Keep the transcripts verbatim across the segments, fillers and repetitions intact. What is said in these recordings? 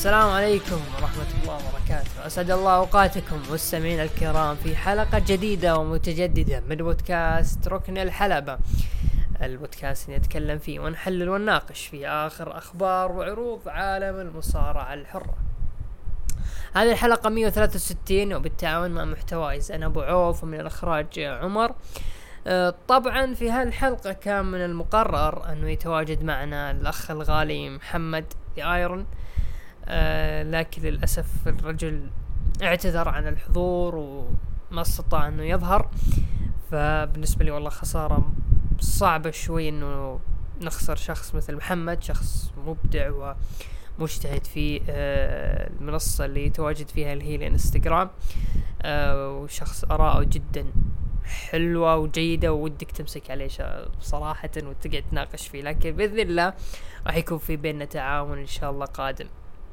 السلام عليكم ورحمة الله وبركاته. أسعد الله أوقاتكم مستمعين الكرام في حلقة جديدة ومتجددة من بودكاست ركن الحلبة، البودكاست اللي نتكلم فيه ونحلل ونناقش في آخر أخبار وعروض عالم المصارعة الحرة. هذه الحلقة مية وثلاثة وستين وبالتعاون مع محتوايز، أنا أبو عوف ومن الإخراج عمر. طبعا في هذه الحلقة كان من المقرر أنه يتواجد معنا الأخ الغالي محمد ايرون، آه لكن للأسف الرجل اعتذر عن الحضور وما استطاع أنه يظهر. فبالنسبة لي والله خسارة صعبة شوي أنه نخسر شخص مثل محمد، شخص مبدع ومجتهد في آه المنصة اللي يتواجد فيها اللي هي الانستغرام، آه وشخص آراءه جدا حلوة وجيدة وودك تمسك عليه صراحة وتقعد تناقش فيه، لكن بإذن الله راح يكون في بيننا تعاون إن شاء الله قادم.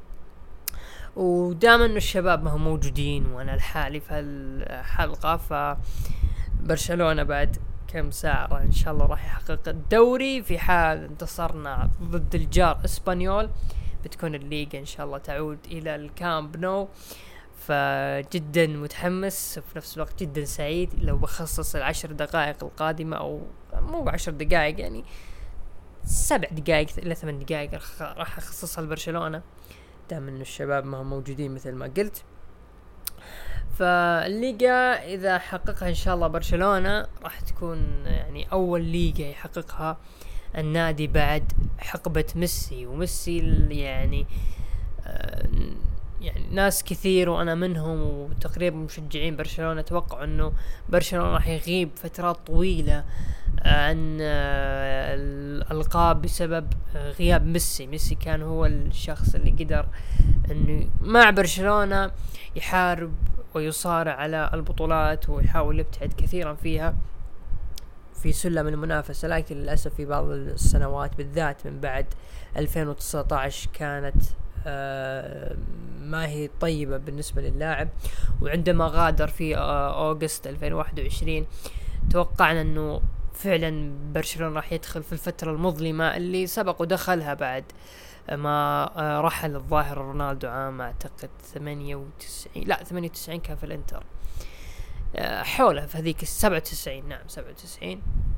ودائما انه الشباب ما هم موجودين وانا الحالي في هالحلقة، فبرشلونة بعد كم ساعة ان شاء الله راح يحقق الدوري. في حال انتصرنا ضد الجار اسبانيول بتكون الليغا ان شاء الله تعود الى الكامب نو، فجدا متحمس وفي نفس الوقت جدا سعيد. لو بخصص العشر دقائق القادمة او مو بعشر دقائق، يعني سبع دقائق الى ثمان دقائق راح اخصصها لبرشلونة دام انه الشباب ما هم موجودين مثل ما قلت. فالليغا اذا حققها ان شاء الله برشلونة راح تكون يعني اول ليغا يحققها النادي بعد حقبة ميسي. وميسي يعني آه يعني ناس كثير وانا منهم وتقريبا مشجعين برشلونة توقعوا انه برشلونة راح يغيب فترات طويلة عن الألقاب بسبب غياب ميسي. ميسي كان هو الشخص اللي قدر انه مع برشلونة يحارب ويصارع على البطولات ويحاول يبتعد كثيرا فيها في سلم المنافسة، لكن للأسف في بعض السنوات بالذات من بعد ألفين وتسعة عشر كانت آه ما هي طيبة بالنسبة للاعب. وعندما غادر في آه أغسطس ألفين وواحد وعشرين توقعنا أنه فعلا برشلونة راح يدخل في الفترة المظلمة اللي سبق ودخلها بعد ما آه رحل الظاهر رونالدو عام أعتقد ثمانية وتسعين، لا ثمانية وتسعين كان في الانتر، آه حوله في هذيك سبعة وتسعين، نعم سبعة وتسعين.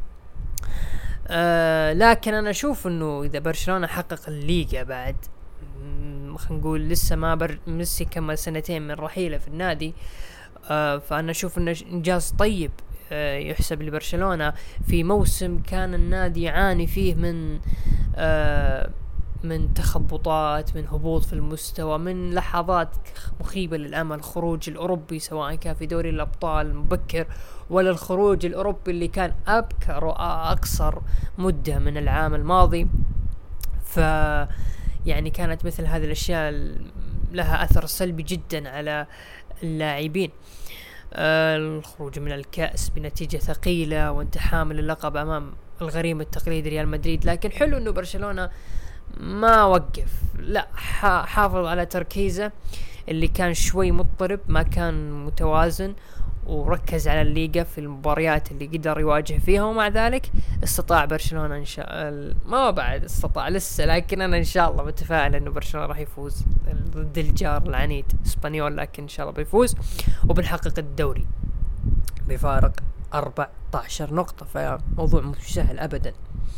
آه لكن أنا أشوف أنه إذا برشلونة حقق الليغا بعد خلينا نقول لسه ما بر ميسي كمل سنتين من رحيله في النادي، آه فأنا أشوف إنه إنجاز طيب آه يحسب لبرشلونة في موسم كان النادي يعاني فيه من آه من تخبطات، من هبوط في المستوى، من لحظات مخيبة للأمل، خروج الأوروبي سواء كان في دوري الأبطال المبكر ولا الخروج الأوروبي اللي كان أبكر وأقصر مدة من العام الماضي. ف يعني كانت مثل هذه الأشياء لها أثر سلبي جدا على اللاعبين. آه الخروج من الكأس بنتيجة ثقيلة وانت حامل اللقب أمام الغريم التقليدي ريال مدريد، لكن حلو أنه برشلونة ما وقف، لا حافظ على تركيزه اللي كان شوي مضطرب، ما كان متوازن، وركز على الليغا في المباريات اللي قدر يواجه فيها. ومع ذلك استطاع برشلونة إن شاء الله، ما بعد استطاع لسه، لكن أنا إن شاء الله متفائل إنه برشلونة راح يفوز ضد الجار العنيد اسبانيول، لكن إن شاء الله بيفوز وبنحقق الدوري بفارق أربعة عشر نقطة، فموضوع مش سهل أبدا.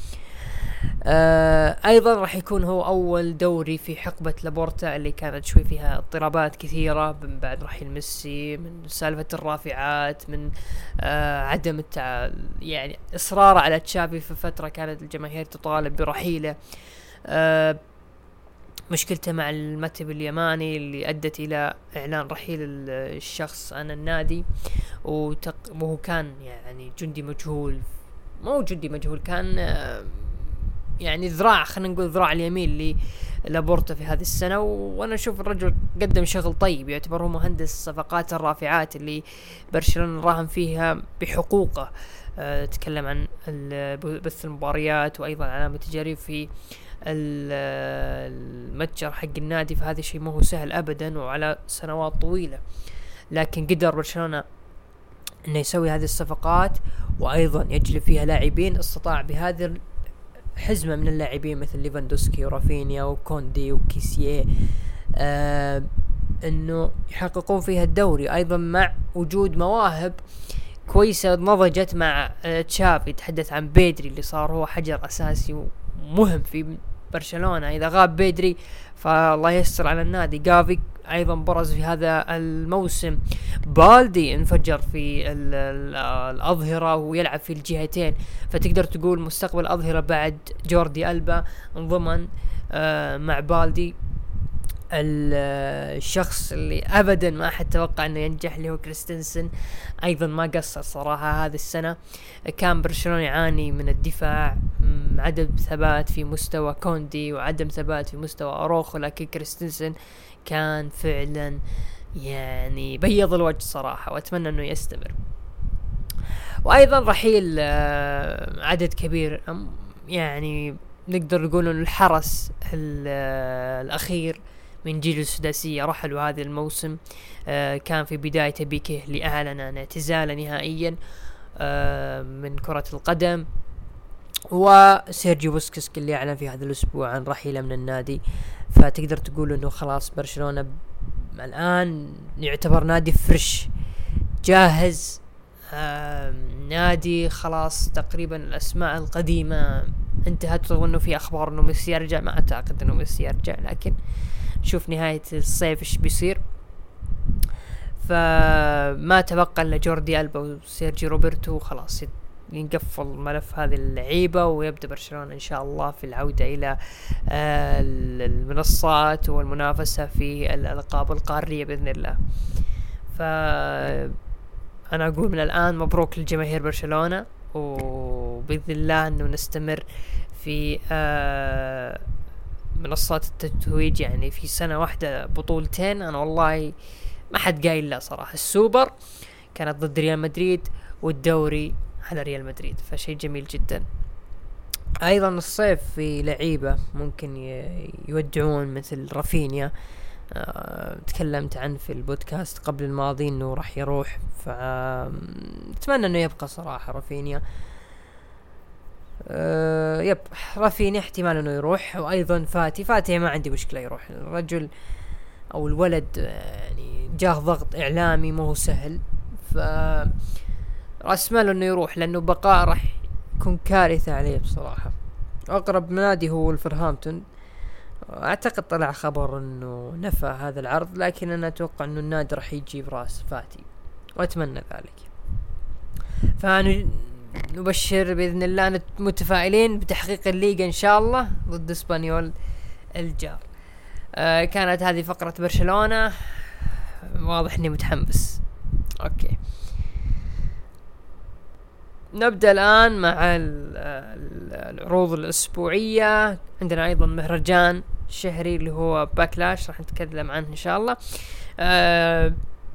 آه ايضا راح يكون هو اول دوري في حقبة لابورتا اللي كانت شوي فيها اضطرابات كثيرة من بعد رحيل ميسي، من سالفة الرافعات، من آه عدم التع... يعني اصرار على تشافي في فترة كانت الجماهير تطالب برحيله، آه مشكلته مع المكتب اليماني اللي ادت الى اعلان رحيل الشخص عن النادي، وتق... وهو كان يعني جندي مجهول، مو جندي مجهول، كان آه يعني ذراع، خلينا نقول ذراع اليمين لابورتا في هذه السنة. وانا اشوف الرجل قدم شغل طيب، يعتبر هو مهندس صفقات الرافعات اللي برشلونة راهن فيها بحقوقه. أه تكلم عن بث المباريات وايضا علامة تجاريه في المتجر حق النادي، فهذا شيء ما هو سهل ابدا وعلى سنوات طويلة، لكن قدر برشلونة انه يسوي هذه الصفقات وايضا يجلب فيها لاعبين. استطاع بهذه حزمة من اللاعبين مثل ليفاندوسكي ورافينيا وكوندي وكيسيه آه انه يحققون فيها الدوري، ايضا مع وجود مواهب كويسة نضجت مع آه تشافي. تحدث عن بيدري اللي صار هو حجر اساسي ومهم في برشلونة، اذا غاب بيدري فالله يستر على النادي. جافي ايضا برز في هذا الموسم. بالدي انفجر في ال ال الاظهرة ويلعب في الجهتين، فتقدر تقول مستقبل الاظهرة بعد جوردي ألبا انضمن آه مع بالدي. الشخص اللي ابدا ما حد توقع انه ينجح اللي هو كريستنسن، ايضا ما قصر صراحة هذه السنة. كان برشلونة يعاني من الدفاع، عدم ثبات في مستوى كوندي وعدم ثبات في مستوى اروخو، لكن كريستنسن كان فعلا يعني بيض الوجه صراحة، واتمنى انه يستمر. وايضا رحيل عدد كبير، يعني نقدر نقول ان الحرس الاخير من جيل السداسية رحلوا هذا الموسم. آه كان في بداية بيكيه اللي أعلن عن اعتزاله نهائيا آه من كرة القدم، وسيرجيو بوسكيتس اللي أعلن في هذا الأسبوع عن رحيله من النادي. فتقدر تقول أنه خلاص برشلونة الآن يعتبر نادي فريش جاهز، آه نادي خلاص تقريبا الأسماء القديمة انتهت. رغم أنه في أخبار أنه ميسي يرجع، ما أعتقد أنه ميسي يرجع، لكن شوف نهاية الصيف ايش بيصير. فما تبقى الا جوردي ألبا وسيرجي روبرتو، خلاص ينقفل ملف هذه اللعيبة، ويبدأ برشلونة ان شاء الله في العودة الى المنصات والمنافسة في الألقاب القارية بإذن الله. فأنا أقول من الآن مبروك لجماهير برشلونة، وبإذن الله أنه نستمر في آه منصات التتويج، يعني في سنة واحدة بطولتين. أنا والله ما حد قايل لا صراحة. السوبر كانت ضد ريال مدريد والدوري على ريال مدريد، فشيء جميل جدا. أيضا الصيف في لعيبة ممكن يودعون مثل رافينيا، أه تكلمت عنه في البودكاست قبل الماضي انه راح يروح، فأتمنى انه يبقى صراحة رافينيا. أه يب رافينيا احتمال انه يروح. وايضا فاتي فاتي ما عندي مشكلة يروح، الرجل او الولد يعني جاه ضغط اعلامي مو سهل، ف راس ماله انه يروح، لانه بقاء راح يكون كارثة عليه بصراحة. اقرب نادي هو الفرهامبتون، اعتقد طلع خبر انه نفى هذا العرض، لكن انا اتوقع انه النادي راح يجيب راس فاتي واتمنى ذلك. فنبشر باذن الله، متفائلين بتحقيق الليغا ان شاء الله ضد اسبانيول الجار. آه كانت هذه فقرة برشلونة، واضح اني متحمس. اوكي نبدأ الآن مع العروض الأسبوعية. عندنا أيضا مهرجان شهري اللي هو باكلاش، راح نتكلم عنه إن شاء الله. أه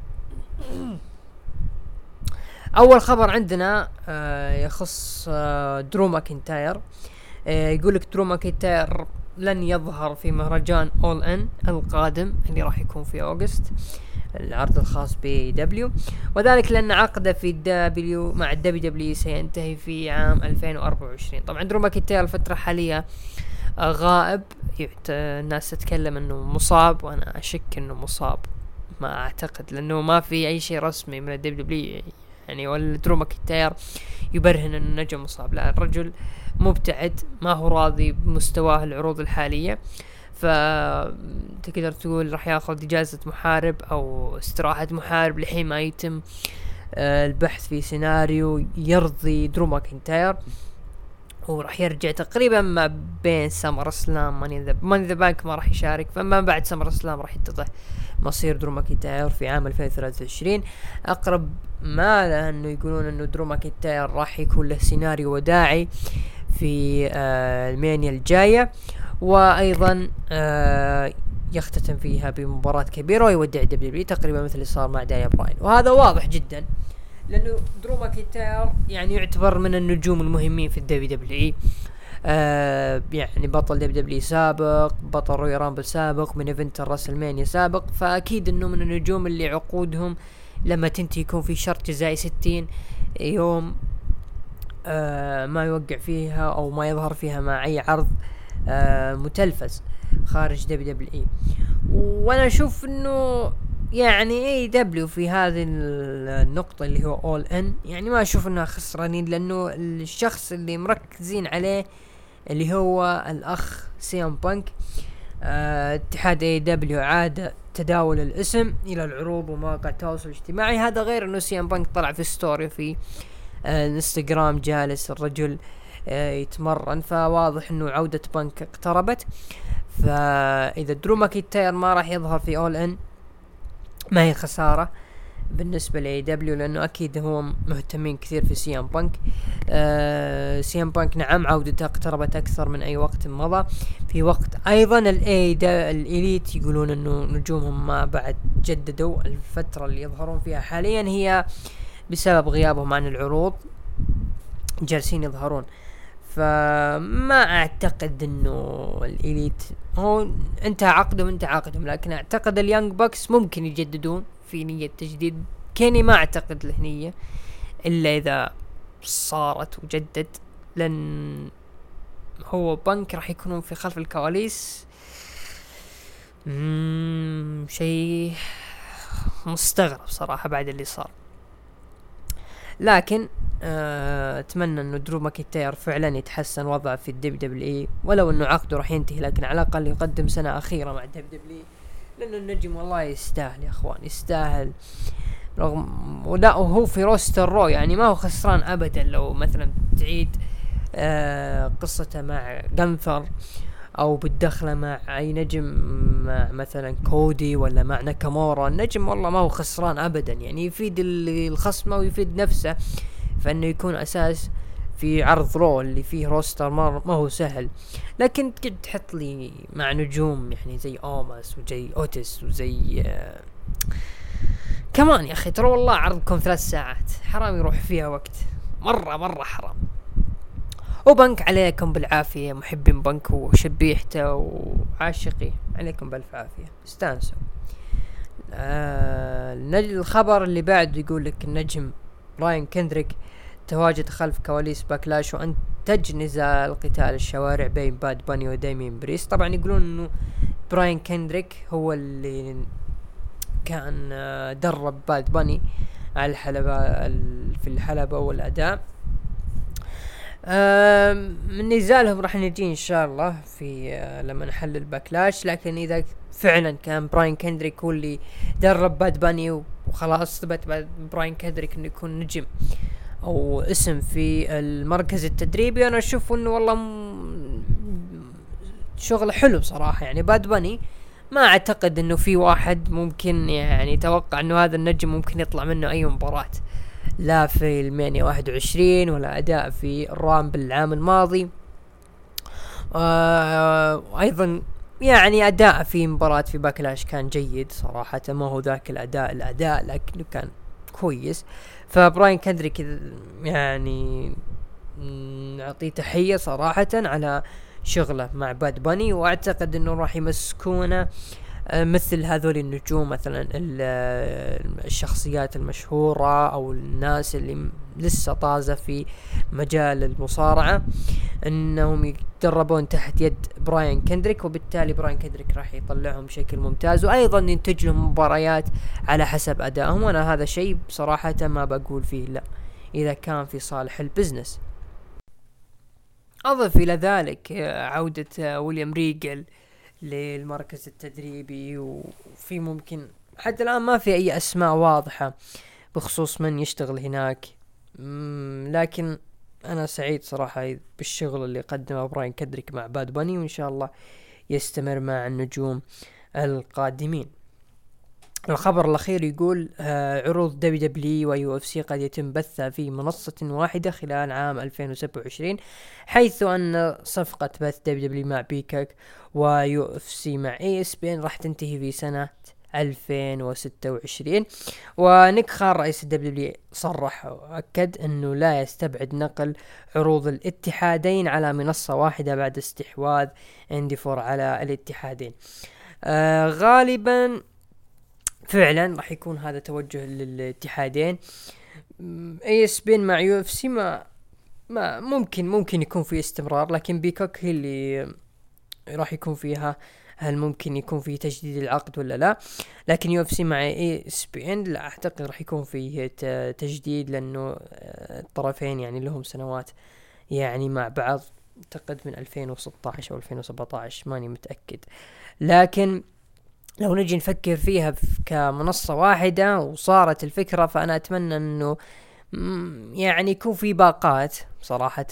أول خبر عندنا أه يخص أه درو ماكنتاير. أه يقولك درو ماكنتاير لن يظهر في مهرجان أول إن القادم اللي راح يكون في أغسطس، العرض الخاص ب دبليو، وذلك لأن عقده في دبليو مع الدبليو دبليو سينتهي في عام ألفين وأربعة وعشرين. طبعا درو ماكنتاير الفترة حالية غائب، الناس تتكلم انه مصاب، وانا اشك انه مصاب، ما اعتقد، لانه ما في اي شيء رسمي من الدبليو دبليو يعني، ولا درو ماكنتاير يبرهن انه النجم مصاب. لا، الرجل مبتعد، ما هو راضي بمستواه العروض الحالية، فتقدر تقول راح ياخذ اجازة محارب او استراحة محارب لحين ما يتم آه البحث في سيناريو يرضي درو ماكنتاير، وراح يرجع تقريبا ما بين سمر اسلام ماني ذا ماني ذا بانك ما راح يشارك، فما بعد سمر اسلام راح يتضح مصير درو ماكنتاير في عام ألفين وثلاثة وعشرين. اقرب ما له انه يقولون انه درو ماكنتاير راح يكون له سيناريو وداعي في آه المانيا الجاية، وايضا آه يختتم فيها بمباراة كبيرة ويودع دبليو دبليو تقريبا مثل اللي صار مع دايا براين. وهذا واضح جدا، لانه درو ماكنتاير يعني يعتبر من النجوم المهمين في الدبليو دبليو، آه يعني بطل دبليو دبليو سابق، بطل روي رامبل سابق، من ايفنت الراسلمانيا سابق، فاكيد انه من النجوم اللي عقودهم لما تنتهي يكون في شرط جزائي ستين يوم آه ما يوقع فيها او ما يظهر فيها مع اي عرض آه متلفز خارج دبليو دبليو اي. وانا اشوف انه يعني اي دبليو في هذه النقطة اللي هو اول ان يعني ما اشوف انها خسرانين، لانه الشخص اللي مركزين عليه اللي هو الاخ سي ام بانك. آه، اتحاد اي دبليو عاد تداول الاسم الى العروض ومواقع التواصل الاجتماعي. هذا غير انه سي ام بانك طلع في ستوري في آه الانستغرام جالس الرجل آه يتمرن، فواضح انه عودة بانك اقتربت. فاذا درو ماكنتاير ما راح يظهر في اول ان ما هي خسارة بالنسبة ل دبليو، لأنه أكيد هو مهتمين كثير في سي ام بانك. آه سي ام بانك نعم عودته اقتربت أكثر من أي وقت مضى، في وقت أيضا الاي الإليت يقولون أنه نجومهم ما بعد جددوا. الفترة اللي يظهرون فيها حاليا هي بسبب غيابهم عن العروض، جالسين يظهرون. فما اعتقد انه الإليت هو انتهى عقدهم انتهى عقدهم لكن اعتقد اليانج باكس ممكن يجددون في نية تجديد. كيني ما اعتقد له نية الا اذا صارت وجدد، لان هو بنك راح يكونون في خلف الكواليس. شيء مستغرب صراحة بعد اللي صار. لكن أه اتمنى انه درو ماكنتاير فعلا يتحسن وضعه في الدب دبليو اي، ولو انه عقده راح ينتهي لكن على الاقل يقدم سنة اخيرة مع الدب دبليو اي، لانه النجم والله يستاهل يا اخوان يستاهل. رغم ولا وهو في روستر رو يعني ما هو خسران ابدا. لو مثلا تعيد أه قصته مع جنثر او بالدخلة مع اي نجم، مع مثلا كودي ولا مع ناكامورا، النجم والله ما هو خسران ابدا. يعني يفيد الخصم ويفيد نفسه، فانه يكون اساس في عرض رو اللي فيه روستر ما, ما هو سهل. لكن تقعد تحط لي مع نجوم يعني زي اوماس وزي اوتس وزي آه كمان يا اخي ترى والله عرضكم ثلاث ساعات حرام يروح فيها وقت، مرة مرة حرام. وبنك عليكم بالعافية محبين بنك وشبيحته وعاشقي، عليكم بالف عافية استانسوا. آه الخبر اللي بعد يقول لك النجم براين كندريك تواجد خلف كواليس باكلاش وانتج نزال القتال الشوارع بين باد باني وديمين بريس. طبعا يقولون انه براين كندريك هو اللي كان آه درب باد باني على الحلبة في الحلبة والاداء. آه من نزالهم راح نجي ان شاء الله في آه لما نحلل باكلاش. لكن اذا فعلا كان براين كندريك هو اللي درب باد باني وخلاص ثبت بعد براين كندريك انه يكون نجم او اسم في المركز التدريبي، انا اشوف انه والله م... شغل حلو بصراحة. يعني باد باني ما اعتقد انه في واحد ممكن يعني يتوقع انه هذا النجم ممكن يطلع منه اي مباراة، لا في المانيا واحد وعشرين ولا اداء في الرامبل العام الماضي. آه ايضا يعني اداء في مباراة في باكلاش كان جيد صراحة، ما هو ذاك الاداء الاداء لكنه كان كويس. فبراين كندريك يعني نعطيه تحية صراحة على شغله مع باد باني، واعتقد انه راح يمسكونه مثل هذول النجوم مثلا الشخصيات المشهورة او الناس اللي لسه طازة في مجال المصارعة انهم يتدربون تحت يد براين كندريك، وبالتالي براين كندريك راح يطلعهم بشكل ممتاز وايضا ينتج لهم مباريات على حسب ادائهم. وانا هذا شيء بصراحة ما بقول فيه لا اذا كان في صالح البزنس. اضف الى ذلك عودة ويليام ريجل للمركز التدريبي، وفي ممكن حتى الآن ما في أي أسماء واضحة بخصوص من يشتغل هناك، لكن أنا سعيد صراحة بالشغل اللي قدمه براين كندريك مع باد باني، وإن شاء الله يستمر مع النجوم القادمين. الخبر الأخير يقول آه عروض دبليو دبليو ويو اف سي قد يتم بثها في منصة واحدة خلال عام ألفين وسبعة وعشرين، حيث أن صفقة بث دبليو دبليو مع بيكوك ويو اف سي مع اي اس بي ان راح تنتهي في سنة ألفين وستة وعشرين. ونيك خان رئيس دبليو دبليو صرح وأكد أنه لا يستبعد نقل عروض الاتحادين على منصة واحدة بعد استحواذ انديفور على الاتحادين. آه غالبا فعلا راح يكون هذا توجه للاتحادين. اي اس بي مع يو اف سي ما ما ممكن ممكن يكون في استمرار، لكن بيكوك هي اللي راح يكون فيها هل ممكن يكون في تجديد العقد ولا لا. لكن يو اف سي مع اي اس بي ان لا اعتقد راح يكون فيه تجديد، لانه الطرفين يعني لهم سنوات يعني مع بعض، اعتقد من ألفين وستة عشر او ألفين وسبعة عشر ماني متأكد. لكن لو نجي نفكر فيها كمنصة واحدة وصارت الفكرة، فأنا أتمنى أنه يعني يكون في باقات صراحة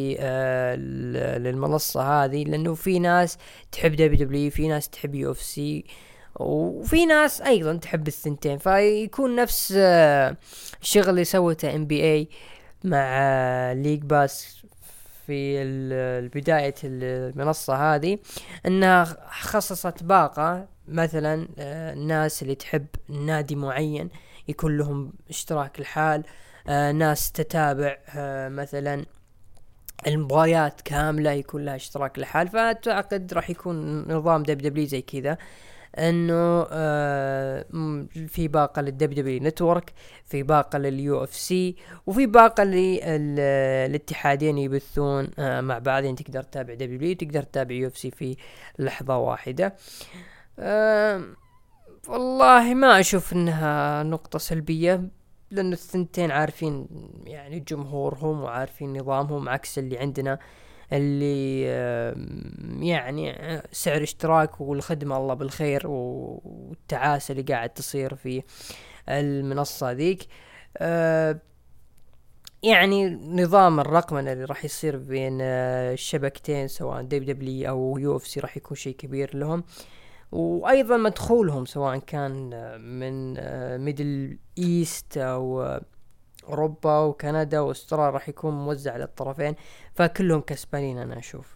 للمنصة هذه، لأنه في ناس تحب دبليو دبليو، في ناس تحب يو اف سي، وفي ناس أيضا تحب الثنتين، فيكون نفس الشغل اللي سوته ام بي اي مع ليج باس في البداية المنصة هذه، انها خصصت باقة مثلا الناس اللي تحب نادي معين يكون لهم اشتراك الحال، ناس تتابع مثلا المباريات كاملة يكون لها اشتراك الحال. فأعتقد راح يكون نظام دبليو دبليو زي كذا، انه آه في باقة للدبليو دبليو نتورك، في باقة لليو اف سي، وفي باقة للاتحادين يبثون آه مع بعض، يعني تقدر تتابع دبليو دبليو تقدر تتابع يو اف سي في لحظة واحدة. آه والله ما اشوف انها نقطة سلبية، لأن الثنتين عارفين يعني جمهورهم وعارفين نظامهم، عكس اللي عندنا اللي يعني سعر اشتراك والخدمة الله بالخير والتعاسة اللي قاعد تصير في المنصة ذيك. يعني نظام الرقمنة اللي راح يصير بين الشبكتين سواء دبليو دبليو أو يو اف سي راح يكون شيء كبير لهم، وأيضا مدخولهم سواء كان من ميدل إيست أو أوروبا وكندا وأستراليا راح يكون موزع على الطرفين، فكلهم كسبانين أنا أشوف.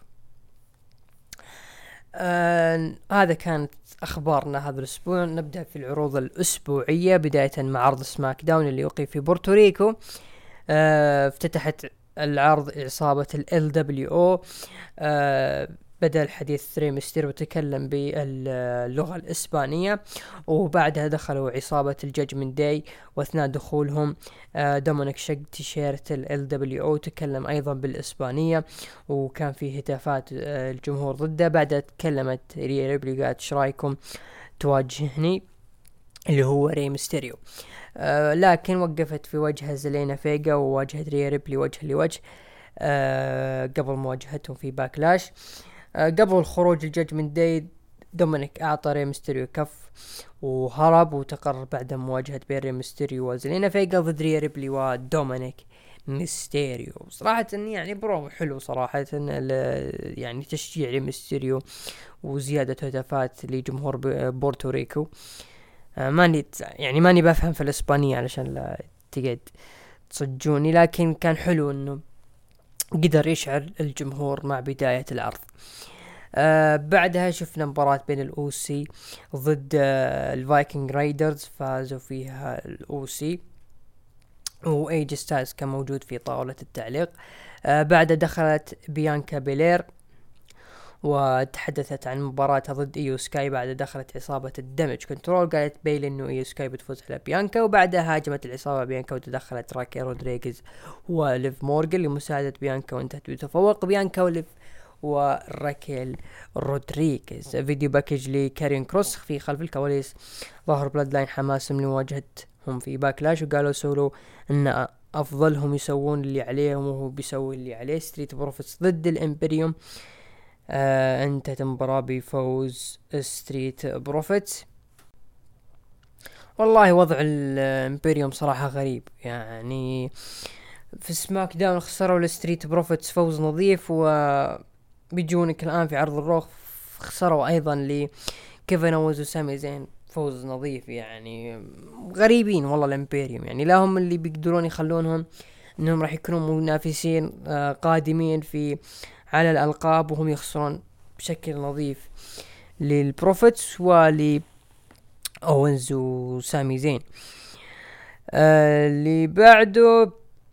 آه هذا كانت أخبارنا هذا الأسبوع. نبدأ في العروض الأسبوعية، بداية مع عرض سماك داون اللي يقيم في بورتوريكو. آه افتتحت العرض عصابة ال إل دبليو أو، آه بدأ الحديث ري ميستيريو وتكلم باللغة الإسبانية، وبعدها دخلوا عصابة الجاجمنت داي، واثناء دخولهم آه دومينيك شق تيشيرت ال إل دبليو أو تكلم أيضا بالإسبانية، وكان فيه هتافات آه الجمهور ضده. بعدها تكلمت ري ريبلي قالت ايش رايكم تواجهني اللي هو ري ميستيريو، آه لكن وقفت في وجه زلينا فيجا وواجهت ري ريبلي وجه لوجه آه قبل مواجهتهم في باكلاش. آه قبل خروج الجاجمنت داي دومينيك اعطى ري ميستيريو كف وهرب، وتقرر بعد مواجهة بين ري ميستيريو وزلينا فيجا ضد ري ريبلي ودومينيك ميستيريو. صراحة يعني برو حلو صراحة، يعني تشجيع ري ميستيريو وزيادة هتافات لجمهور بورتوريكو. آه ماني يعني ماني بفهم في الاسبانية علشان لا تقعد تصجوني، لكن كان حلو انه قدر يشعر الجمهور مع بداية العرض. آه بعدها شفنا مباراة بين الأوسي ضد آه الفايكنج رايدرز، فازوا فيها الأوسي وإيج ستايلز كان موجود في طاولة التعليق. آه بعد دخلت بيانكا بيلير وتحدثت عن مباراتها ضد ايو سكاي. بعد دخلت عصابة الدمج كنترول، قالت بيلي انه ايو سكاي بتفوز على بيانكا، وبعدها هاجمت العصابة بيانكا وتدخلت راكي رودريغيز وليف مورغان لمساعدة بيانكا، وانتهت بتفوق بيانكا وليف وراكيل رودريغيز. فيديو باكج لكارين كروس في خلف الكواليس ظهر بلاد لاين حماسهم لمواجهتهم في باكلاش، وقالوا سولو ان افضلهم يسوون اللي عليهم وهو بيسوي اللي عليه. ستريت بروفيتس ضد الامبريوم، آه انتهت المباراة بفوز ستريت بروفيتس. والله وضع الامبريوم صراحة غريب، يعني في سماك داون خسروا الستريت بروفيتس فوز نظيف، وبيجونك الآن في عرض الروخ خسروا أيضا لكيفن أوز وسامي زين فوز نظيف. يعني غريبين والله الامبريوم، يعني لا هم اللي بيقدرون يخلونهم انهم راح يكونوا منافسين آه قادمين في على الألقاب وهم يخسرون بشكل نظيف للبروفيتس ولي أوينز وسامي زين. آه اللي بعده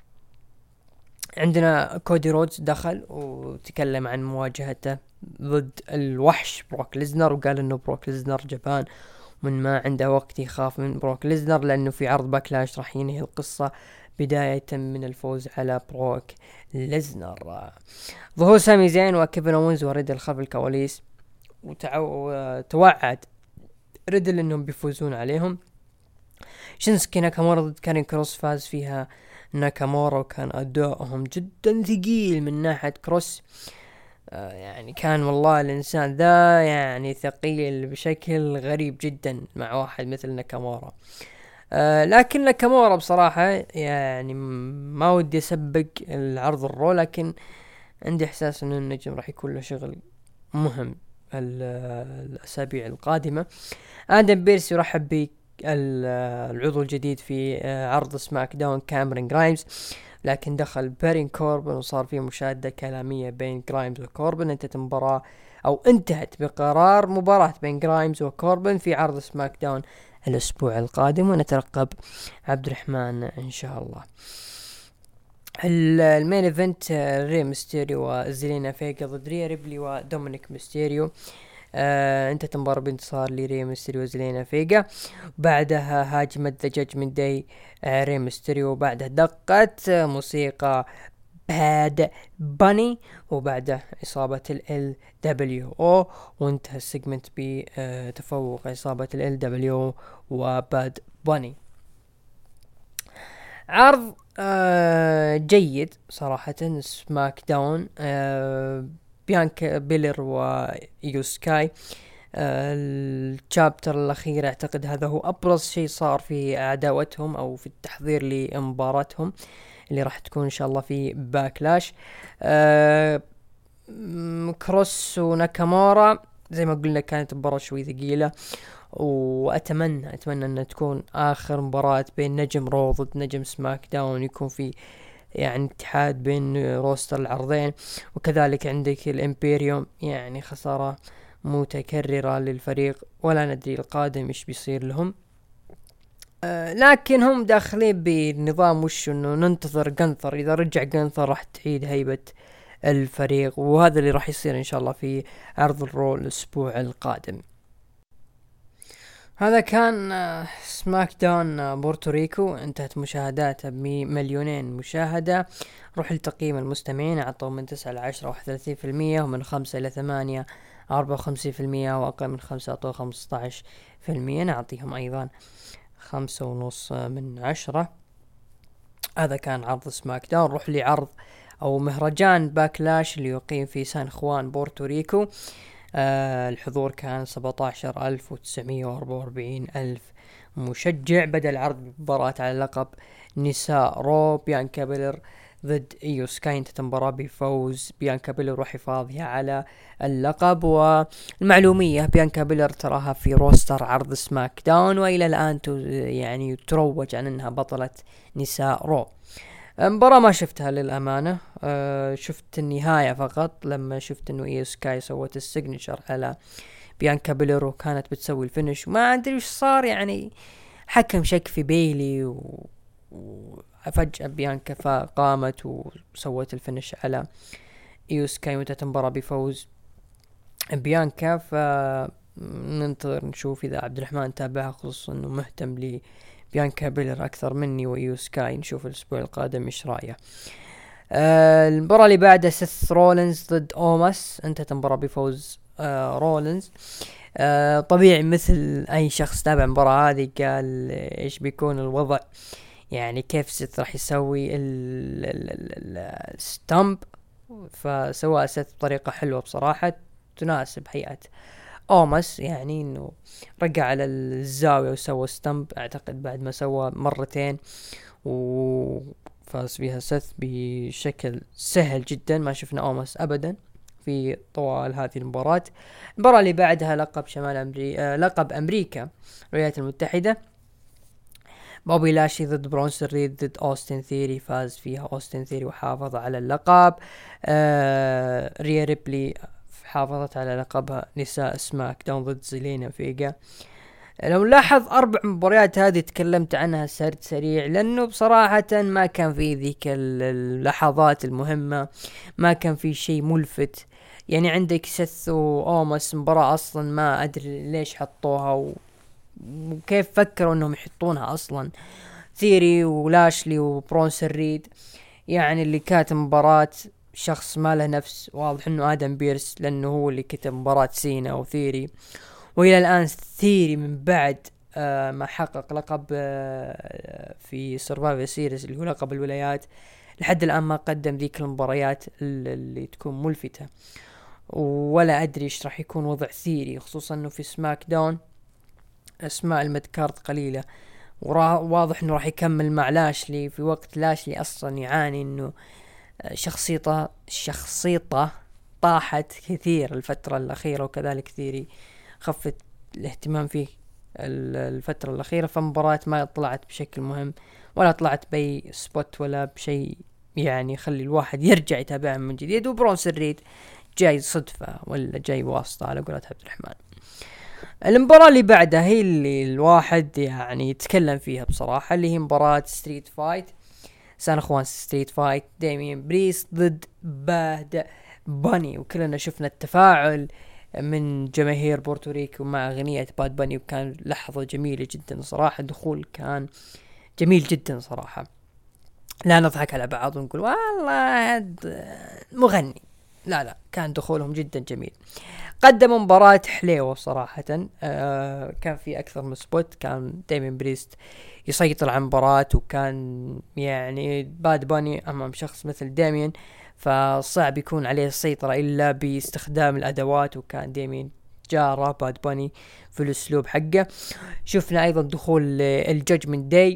عندنا كودي رودز دخل وتكلم عن مواجهته ضد الوحش بروك ليزنر، وقال انه بروك ليزنر جبان من ما عنده وقت يخاف من بروك ليزنر، لانه في عرض باكلاش راح ينهي القصة بداية من الفوز على بروك ليزنر. ظهور سامي زين وكيفن أوينز ورد الخلف الكواليس وتوعد ريدل انهم بيفوزون عليهم. شينسكي ناكامورا ضد كارين كروس فاز فيها ناكامورا، وكان اداؤهم جدا ثقيل من ناحية كروس. آه يعني كان والله الانسان ذا يعني ثقيل بشكل غريب جدا مع واحد مثل ناكامورا. آه لكن ناكامورا بصراحة يعني ما ودي اسبق العرض الرو، لكن عندي احساس انه النجم راح يكون له شغل مهم الاسابيع القادمة. ادم بيرس يرحب ب العضو الجديد في عرض سماك داون كاميرون جرايمز، لكن دخل بارين كوربن وصار في مشادة كلامية بين جرايمز وكوربن. انتهت المباراة او انتهت بقرار مباراة بين جرايمز وكوربن في عرض سماك داون الاسبوع القادم، ونترقب عبد الرحمن ان شاء الله. المين ايفنت ري ميستيريو وزيلينا فيجا ضد ريا ريبلي ودومينيك ميستيريو. آه انتهت المباراة بانتصار لري ميستيريو وزيلينا فيجا. بعدها هاجمت ذا جادجمنت داي آه ري ميستيريو، وبعدها دقت موسيقى باد باني، وبعدها إصابة ال دبليو او، وانتهى السيجمنت بتفوق إصابة ال دبليو وباد باني. عرض آه جيد صراحة سماك داون. آه بيانكا بيلر ويوسكاي. آه الشابتر الأخير أعتقد هذا هو أبرز شيء صار في عداوتهم أو في التحضير لمباراتهم اللي راح تكون إن شاء الله في باكلاش. آه كروس وناكامورا زي ما قلنا كانت مباراة شوي ثقيلة، وأتمنى أتمنى أن تكون آخر مباراة بين نجم رو ضد نجم سماك داون، يكون في يعني اتحاد بين روستر العرضين. وكذلك عندك الامبيريوم، يعني خسارة متكررة للفريق ولا ندري القادم ايش بيصير لهم. أه لكن هم داخلين بنظام وش انه ننتظر جنثر، اذا رجع جنثر راح تعيد هيبة الفريق، وهذا اللي راح يصير ان شاء الله في عرض الرو الاسبوع القادم. هذا كان سماك داون بورتوريكو، انتهت مشاهداته بمليونين مشاهدة. روح لتقييم المستمعين، اعطوا من تسعة إلى عشرة واحد وثلاثين في المية، ومن خمسة إلى ثمانية أربعة وخمسين في المية، وأقل من خمسة أعطوا خمسة عشر في المية. نعطيهم أيضا خمسة ونص من عشرة. هذا كان عرض سماك داون. روح لعرض أو مهرجان باكلاش اللي يقيم في سان خوان بورتوريكو. آه الحضور كان سبعة عشر ألف وتسعمية وأربعة وأربعين ألف مشجع. بدأ العرض بمباراة على لقب نساء رو، بيانكا بيلر ضد إيو سكاي. انتهت المباراة بفوز بيانكا بيلر وحفاظها على اللقب. والمعلومية بيانكا بيلر تراها في روستر عرض سماك داون، وإلى الآن يعني تروج عن أنها بطلة نساء رو. مباراة ما شفتها للأمانة، أه شفت النهاية فقط لما شفت انه إيو سكاي سوت السيجنتشر على بيانكا بيلر وكانت بتسوي الفينش، وما أدري وش صار. يعني حكم شك في بيلي و... وفجأة بيانكا فقامت وسوت الفينش على إيو سكاي، وانتهت المباراة بفوز بيانكا. فننتظر نشوف إذا عبد الرحمن تابعها، خصوصا انه مهتم لي بيانكا بيلر أكثر مني وإيو سكاي. نشوف الأسبوع القادم إيش رأيه. آه المباراة اللي بعدها سيث رولينز ضد أوماس. انتهت المباراة بفوز آه رولينز. آه طبيعي مثل أي شخص تابع المباراة هذه قال إيش بيكون الوضع، يعني كيف سيث راح يسوي الستامب. فسواء سيث بطريقة حلوة بصراحة تناسب هيئة أوماس، يعني انه رجع على الزاوية وسوى ستامب اعتقد بعد ما سوى مرتين، وفاز بها سيث بشكل سهل جدا. ما شفنا أوماس ابدا في طوال هذه المباراة. المباراة اللي بعدها لقب شمال امريكا، آه لقب امريكا الولايات المتحدة. بوبي لاشي ضد برونسون ريد ضد أوستن ثيري. فاز فيها أوستن ثيري وحافظ على اللقب. آه ريا ريبلي حافظت على لقبها نساء سماك داون ضد زيلينا فيجا. لو نلاحظ أربع مباريات هذه تكلمت عنها سرد سريع، لأنه بصراحة ما كان في ذيك اللحظات المهمة، ما كان في شيء ملفت. يعني عندك سيث وأوماس مباراة أصلا ما أدري ليش حطوها وكيف فكروا أنهم يحطونها أصلا. ثيري ولاشلي وبرونسون ريد، يعني اللي كانت مباراة شخص ما له نفس. واضح انه ادم بيرس لانه هو اللي كتب مباراة سينا وثيري، والى الان ثيري من بعد آه ما حقق لقب آه في سرفايفر سيريز اللي هو لقب الولايات، لحد الان ما قدم ذيك المباريات اللي تكون ملفتة. ولا ادري ايش راح يكون وضع ثيري، خصوصا انه في سماك داون اسماء المدكارت قليلة، وواضح انه راح يكمل مع لاشلي في وقت لاشلي اصلا يعاني انه شخصيته شخصيته طاحت كثير الفترة الأخيرة، وكذلك ثيري خفت الاهتمام فيه الفترة الأخيرة. فمباراة ما طلعت بشكل مهم، ولا طلعت بأي سبوت ولا بشيء يعني يخلي الواحد يرجع يتابعها من جديد. وبرونس الريد جاي صدفة ولا جاي واسطة على قولة عبد الرحمن. المباراة اللي بعدها هي اللي الواحد يعني يتكلم فيها بصراحة، اللي هي مباراة ستريت فايت سان اخوان ستريت فايت، ديميان بريست ضد باد باني. وكلنا شفنا التفاعل من جماهير بورتوريكو مع اغنية باد باني، وكان لحظة جميلة جدا صراحة. الدخول كان جميل جدا صراحة، لا نضحك على بعض ونقول والله مغني، لا لا كان دخولهم جدا جميل. قدموا مباراة حليوة صراحة. آه كان في أكثر من سبوت، كان ديمين بريست يسيطر على المباراة، وكان يعني باد باني أمام شخص مثل ديمين فصعب يكون عليه السيطرة إلا باستخدام الأدوات، وكان ديمين جارة باد باني في الأسلوب حقه. شفنا أيضا دخول الجاجمنت داي،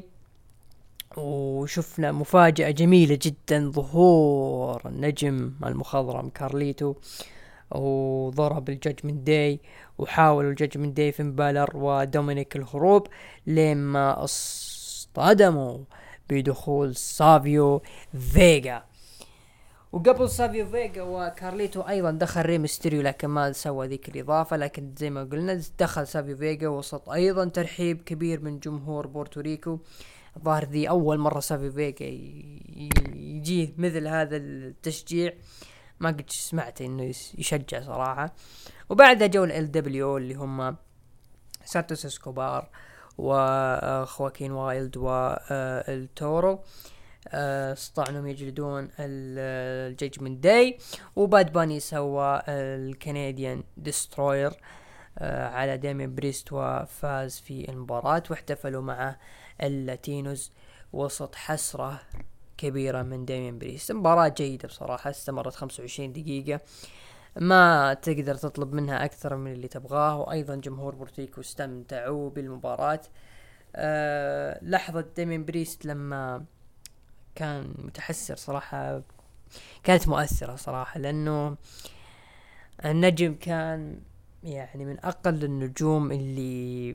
وشفنا مفاجأة جميلة جدا، ظهور النجم المخضرم كارليتو، وضرب الجاجمنت داي، وحاولوا الجاجمنت داي فين بالر ودومينيك الهروب لما اصطدموا بدخول سافيو فيجا. وقبل سافيو فيجا وكارليتو ايضا دخل ري ميستيريو، لكن ما سوى ذيك الاضافه. لكن زي ما قلنا دخل سافيو فيجا، وسط ايضا ترحيب كبير من جمهور بورتوريكو. ظاهر ذي اول مره سافيو فيجا يجيه مثل هذا التشجيع، ما قد سمعت انه يشجع صراحة. وبعدها جو ال دبليو اللي هم سانتوس اسكوبار وخواكين وايلد والتورو، استطاعوا انهم يجلدون الجاجمنت داي. وباد باني سوى الكنديان ديستروير على ديمين بريست وفاز في المباراة، واحتفلوا مع اللاتينوز وسط حسرة كبيرة من ديمين بريست. مباراة جيدة بصراحة، استمرت خمسة وعشرين دقيقة، ما تقدر تطلب منها أكثر من اللي تبغاه. وأيضا جمهور بورتوريكو استمتعوا بالمباراة. أه لحظة ديمين بريست لما كان متحسر صراحة كانت مؤثرة صراحة، لأنه النجم كان يعني من أقل النجوم اللي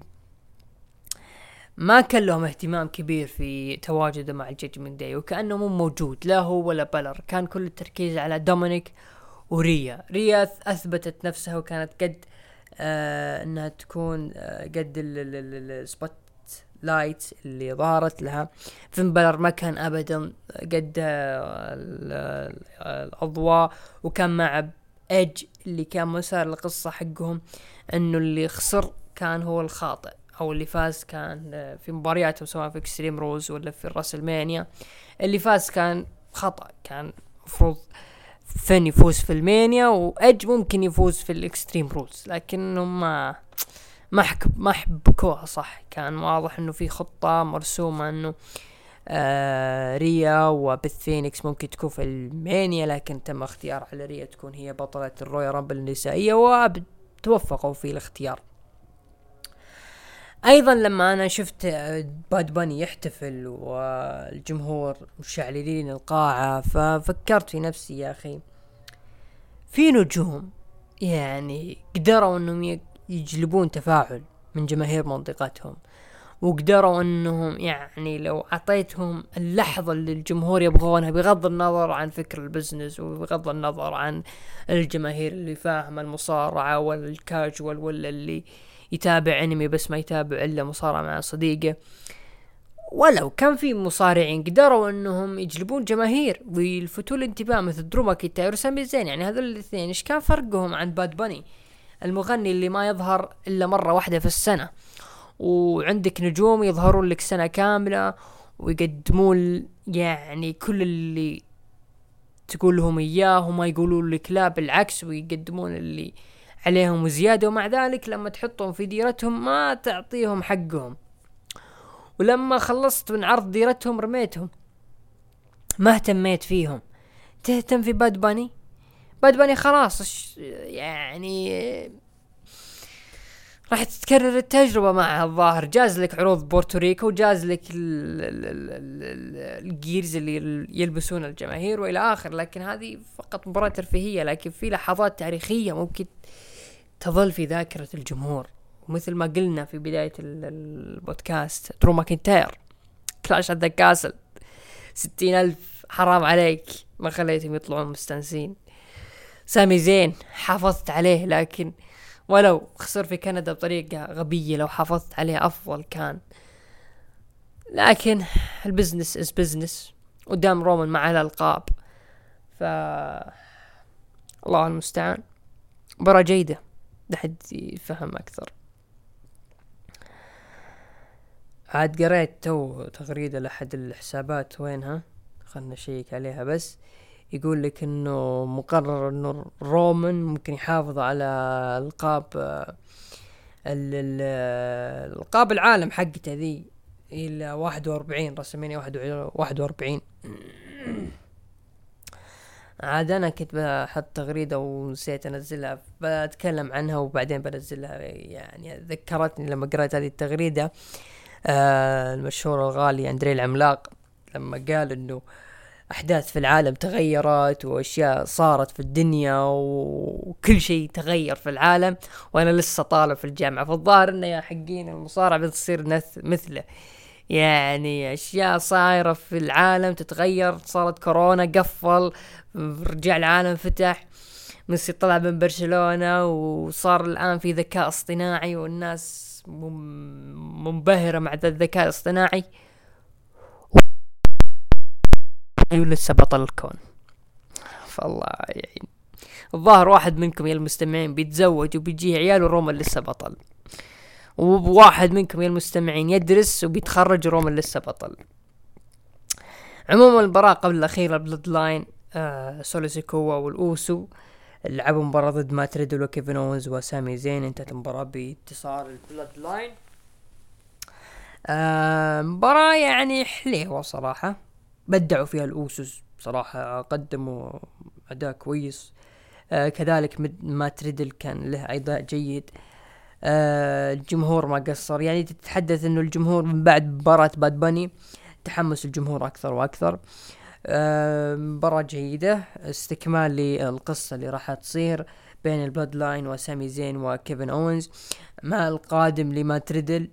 ما كان لهم اهتمام كبير في تواجده مع الجاجمنت داي، وكأنه مو موجود لا هو ولا بلر. كان كل التركيز على دومينيك وريا. ريا أثبتت نفسها وكانت قد آه انها تكون آه قد السبوت لايت اللي ظهرت لها. فين بلر ما كان ابدا قد آه الاضواء، وكان مع ايج اللي كان مسار القصة حقهم انه اللي خسر كان هو الخاطئ، او اللي فاز كان في مبارياته سواء في اكستريم روز ولا في الراسلمانيا. اللي فاز كان خطأ، كان مفروض فين يفوز في المانيا، واج ممكن يفوز في الاكستريم روز، لكنهم ما ما حك ما حبكوها صح. كان واضح انه في خطة مرسومة انه آه ريا وبث فينيكس ممكن تكون في المانيا، لكن تم اختيار على ريا تكون هي بطلة الرويال رامبل النسائية، وتوفقوا في الاختيار. ايضا لما انا شفت باد باني يحتفل والجمهور مشعللين القاعة، ففكرت في نفسي يا اخي في نجوم يعني قدروا انهم يجلبون تفاعل من جماهير منطقتهم، وقدروا انهم يعني لو اعطيتهم اللحظة اللي الجمهور يبغونها بغض النظر عن فكر البزنس وبغض النظر عن الجماهير اللي فاهمة المصارعة ولا الكاجوال ولا اللي يتابع انمي بس ما يتابع الا مصارعة مع صديقه، ولو كان في مصارعين قدروا انهم يجلبون جماهير ويلفتوا الانتباه مثل درو ماكنتاير وسامي زين. يعني هذول الاثنين ايش كان فرقهم عن باد باني المغني اللي ما يظهر الا مرة واحدة في السنة، وعندك نجوم يظهرون لك سنة كاملة ويقدمون يعني كل اللي تقول لهم اياه وما يقولون لك لا، بالعكس ويقدمون اللي عليهم وزيادة، ومع ذلك لما تحطهم في ديرتهم ما تعطيهم حقهم، ولما خلصت من عرض ديرتهم رميتهم، ما اهتميت فيهم. تهتم في باد باني؟ باد باني خلاص يعني راح تتكرر التجربة مع الظاهر. جاز لك عروض بورتوريكو، وجاز لك الجيرز اللي يلبسون الجماهير والى اخر، لكن هذه فقط مباراة ترفيهية. لكن في لحظات تاريخية ممكن تظل في ذاكرة الجمهور، ومثل ما قلنا في بداية البودكاست، درو ماكنتاير كلاش ات ذا كاسل، ستين ألف حرام عليك ما خليتهم يطلعون مستانسين. سامي زين حافظت عليه، لكن ولو خسر في كندا بطريقة غبية، لو حافظت عليه أفضل كان. لكن البزنس is بزنس، قدام رومان مع الألقاب، ف الله المستعان. مباراة جيدة لحد يفهم أكثر. عاد قريت تو تغريدة لأحد الحسابات، وينها خلنا نشيك عليها، بس يقول لك انه مقرر انه رومان ممكن يحافظ على القاب القاب العالم حقته ذي الى واحد واربعين رسميني واحد واربعين. عاد انا كنت بحط تغريدة ونسيت انزلها، بتكلم عنها وبعدين بنزلها. يعني ذكرتني لما قرأت هذه التغريدة آه المشهور الغالي اندري العملاق، لما قال انه أحداث في العالم تغيرت وأشياء صارت في الدنيا وكل شيء تغير في العالم، وأنا لسه طالب في الجامعة. فالظاهر إنه يا حقين المصارعة بتصير مثله، يعني أشياء صايرة في العالم تتغير. صارت كورونا قفل، رجع العالم فتح، ميسي طلع من برشلونة، وصار الآن في ذكاء اصطناعي والناس منبهرة مع ذا الذكاء الاصطناعي، لسه بطل الكون. فالله يعني الظاهر واحد منكم يا المستمعين بيتزوج وبيجيه عيال ورومان لسه بطل، وواحد منكم يا المستمعين يدرس وبيتخرج ورومان لسه بطل. عموما المباراة قبل الأخيرة بلود لاين آه سوليسيكوا والأوسو لعبوا مباراة ضد مات ريدل وكيفن أوينز وسامي زين، انتهت المباراة بانتصار البلود لاين. آه مباراة يعني حليوة صراحة، بدعوا فيها الأوسوس بصراحة، قدموا أداء كويس. آه كذلك مات ريدل كان له أداء جيد. آه الجمهور ما قصر، يعني تتحدث إنه الجمهور من بعد مباراة باد باني تحمس الجمهور أكثر وأكثر. آه مباراة جيدة، استكمال للقصة اللي راح تصير بين البلاد لاين وسامي زين وكيفن أوينز مع القادم لمات ريدل.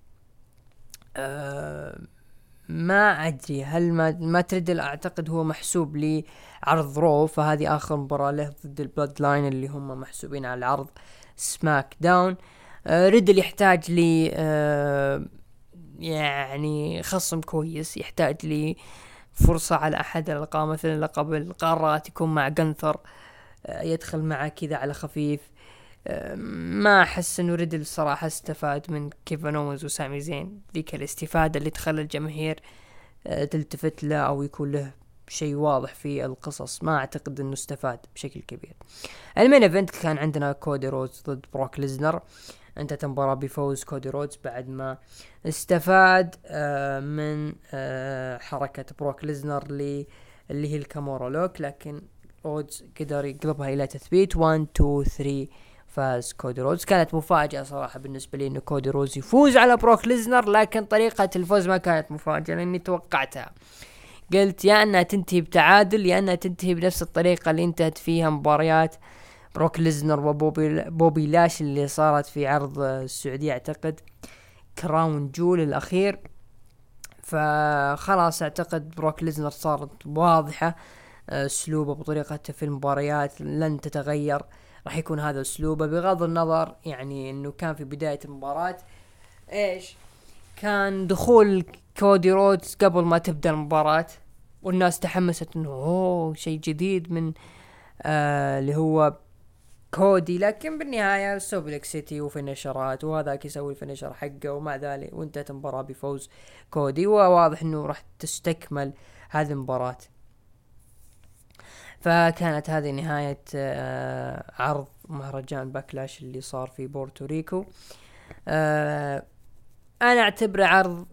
آه ما أدري هل ما ما تريدل أعتقد هو محسوب لي عرض رو، فهذه آخر مباراة له ضد البلاد لاين اللي هم محسوبين على العرض سماك داون. آه ريدل يحتاج لي آه يعني خصم كويس، يحتاج لي فرصة على أحد الألقاب، مثل لقب القارات يكون مع جنثر، آه يدخل معه كذا على خفيف. ما أحس إنه ريدل صراحة استفاد من كيفن أوينز وسامي زين ذيك الاستفادة اللي تخلي الجماهير تلتفت له أو يكون له شيء واضح في القصص. ما أعتقد إنه استفاد بشكل كبير. المين إيفنت كان عندنا كودي رودز ضد بروك ليزنر، انتهت المباراة بفوز كودي رودز بعد ما استفاد من حركة بروك ليزنر اللي هي الكامورا لوك، لكن رودز قدر يقلبها إلى تثبيت واحد اثنين ثلاثة. فاز كودي رودز. كانت مفاجأة صراحة بالنسبة لي انه كودي رودز يفوز على بروك ليزنر، لكن طريقة الفوز ما كانت مفاجأة لاني توقعتها. قلت يا انها تنتهي بتعادل يا انها تنتهي بنفس الطريقة اللي انتهت فيها مباريات بروك ليزنر وبوبي بوبي لاش اللي صارت في عرض السعودية اعتقد كراون جول الاخير. فخلاص اعتقد بروك ليزنر صارت واضحة اسلوبه بطريقته في المباريات لن تتغير، راح يكون هذا اسلوبه بغض النظر يعني انه كان في بداية المباراة ايش كان دخول كودي رودز قبل ما تبدأ المباراة، والناس تحمست انه اوه شيء جديد من آه اللي هو كودي، لكن بالنهاية سوبلك سيتي وفينيشرات وهذاك يسوي الفينيشر حقه ومع ذلك وانتهت المباراة بفوز كودي، وواضح انه راح تستكمل هذه المباراة. فكانت هذه نهاية آه عرض مهرجان باكلاش اللي صار في بورتوريكو. آه انا اعتبره عرض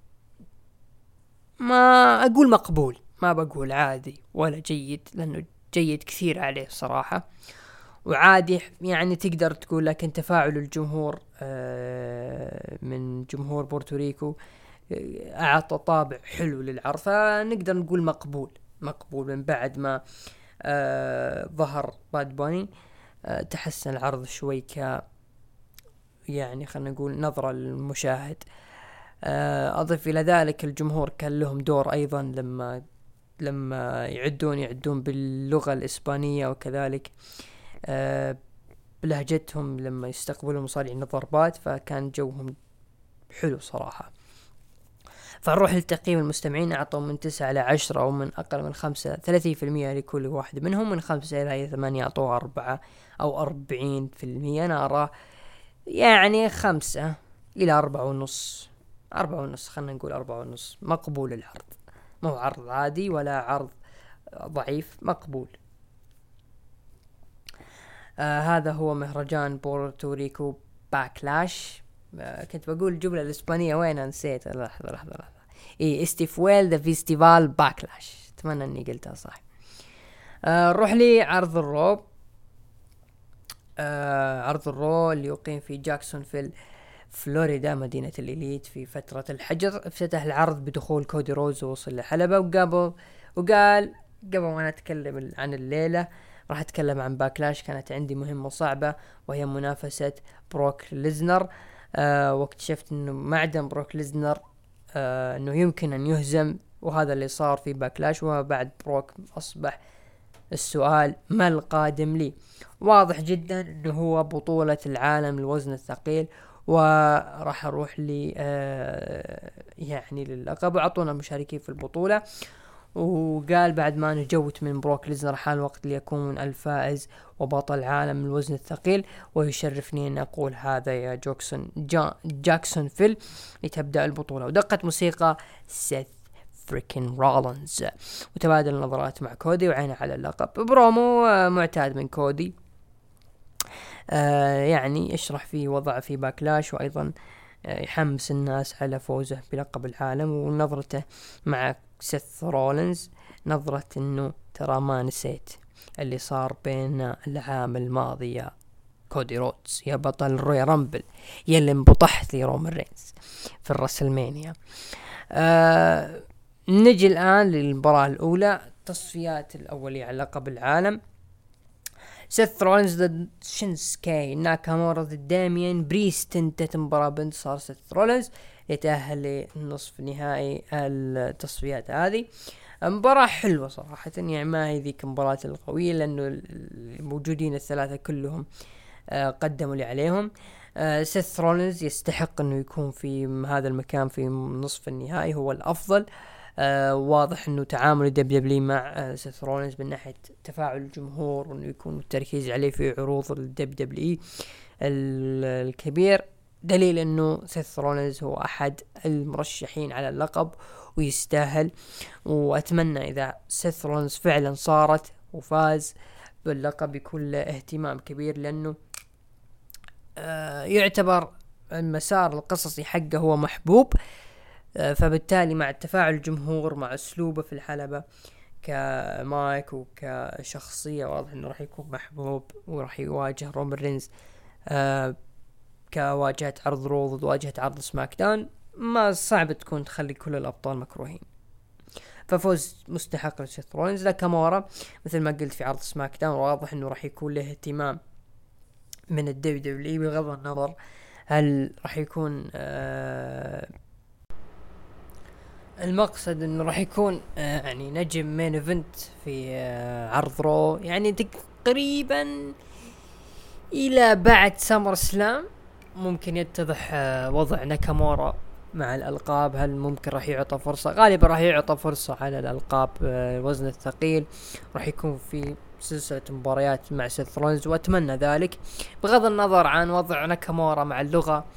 ما اقول مقبول، ما بقول عادي ولا جيد، لانه جيد كثير عليه صراحة، وعادي يعني تقدر تقول، لكن تفاعل الجمهور آه من جمهور بورتوريكو اعطى طابع حلو للعرض، فنقدر نقول مقبول مقبول. من بعد ما آه ظهر باد باني آه تحسن العرض شوي، ك يعني خلنا نقول نظرة للمشاهد. آه اضف الى ذلك الجمهور كان لهم دور ايضا، لما لما يعدون يعدون باللغة الاسبانية، وكذلك آه بلهجتهم لما يستقبلوا مصارعين الضربات، فكان جوهم حلو صراحة. فنروح لتقييم المستمعين، أعطوا من تسعة إلى عشرة، أو من أقل من خمسة ثلاثين في المية لكل واحد منهم، من خمسة إلى ثمانية أعطوه أربعة أو أربعين في المية. أنا أراه يعني خمسة إلى أربعة ونص، أربعة ونص، خلنا نقول أربعة ونص، مقبول العرض، مو عرض عادي ولا عرض ضعيف، مقبول. آه هذا هو مهرجان بورتوريكو باكلاش. آه كنت بقول الجملة الإسبانية وين نسيت، لحظة لحظة لحظة إيه استيفويل ذا فيستيفال باكلاش، أتمنى إني قلتها صح. آه نروح لي عرض الرو. آه عرض الرو اللي يقيم في جاكسونفيل فلوريدا، مدينة الإليت، في فترة الحجر. افتتح العرض بدخول كودي روز، ووصل لحلبة، وقابل وقال قبل ما نتكلم عن الليلة راح أتكلم عن باكلاش. كانت عندي مهمة صعبة، وهي منافسة بروك ليزنر. آه واكتشفت انه معدن بروك ليزنر آه انه يمكن ان يهزم، وهذا اللي صار في باكلاش. وبعد بروك اصبح السؤال ما القادم لي؟ واضح جدا انه هو بطولة العالم للوزن الثقيل، وراح اروح لي آه يعني للقب، وعطونا المشاركين في البطولة. وقال بعد ما نجوت من بروك ليزنر حان الوقت ليكون الفائز وبطل عالم الوزن الثقيل، ويشرفني ان اقول هذا يا جوكسون جا جاكسون فيل لتبدأ البطولة. ودقت موسيقى سيث فريكين رولينز، وتبادل النظرات مع كودي، وعينه على اللقب. برومو معتاد من كودي آه يعني يشرح فيه وضع في باكلاش، وايضا آه يحمس الناس على فوزه بلقب العالم. ونظرته مع سيث رولينز نظرة انه ترى ما نسيت اللي صار بين العام الماضي يا كودي رودز، يا بطل روي رامبل، يا اللي انبطحت لي رومان رينز في الرسلمانيا. آه نجي الان للمباراة الاولى، تصفيات الاولية على لقب العالم. سيث رولينز ضد شينسكي ناكامورا ضد داميان بريست. انتهت المباراة بانتصار سيث رولينز، يتأهل لنصف نهائي التصفيات هذه. مباراة حلوة صراحة، يعني ما هي ذيك مباراة القوية، لأنه الموجودين الثلاثة كلهم قدموا اللي عليهم. سيث رولينز يستحق أنه يكون في هذا المكان في نصف النهائي، هو الأفضل. آه واضح انه تعامل دبليو دبليو مع آه سيث رولينز من ناحية تفاعل الجمهور، وانه يكون التركيز عليه في عروض الدبليو دبليو الكبير، دليل انه سيث رولينز هو احد المرشحين على اللقب ويستاهل. واتمنى اذا سيث رولينز فعلا صارت وفاز باللقب يكون له اهتمام كبير، لانه آه يعتبر المسار القصصي حقه هو محبوب، فبالتالي مع التفاعل الجمهور مع اسلوبه في الحلبة كمايك وكشخصية، واضح انه راح يكون محبوب، وراح يواجه رومان رينز آه كواجهة عرض رو ضد واجهة عرض سماك داون. ما صعب تكون تخلي كل الابطال مكروهين، ففوز مستحق لسيث رولينز. ناكامورا مثل ما قلت في عرض سماك داون، واضح انه راح يكون له اهتمام من الدبليو دبليو، بغض النظر هل راح يكون آه المقصد انه راح يكون آه يعني نجم مين ايفنت في آه عرض رو، يعني تقريبا الى بعد سمر سلام ممكن يتضح آه وضع ناكامورا مع الالقاب. هل ممكن راح يعطى فرصة؟ غالبا راح يعطى فرصة على الالقاب آه الوزن الثقيل، راح يكون في سلسلة مباريات مع سيث رولينز، واتمنى ذلك بغض النظر عن وضع ناكامورا مع اللغة،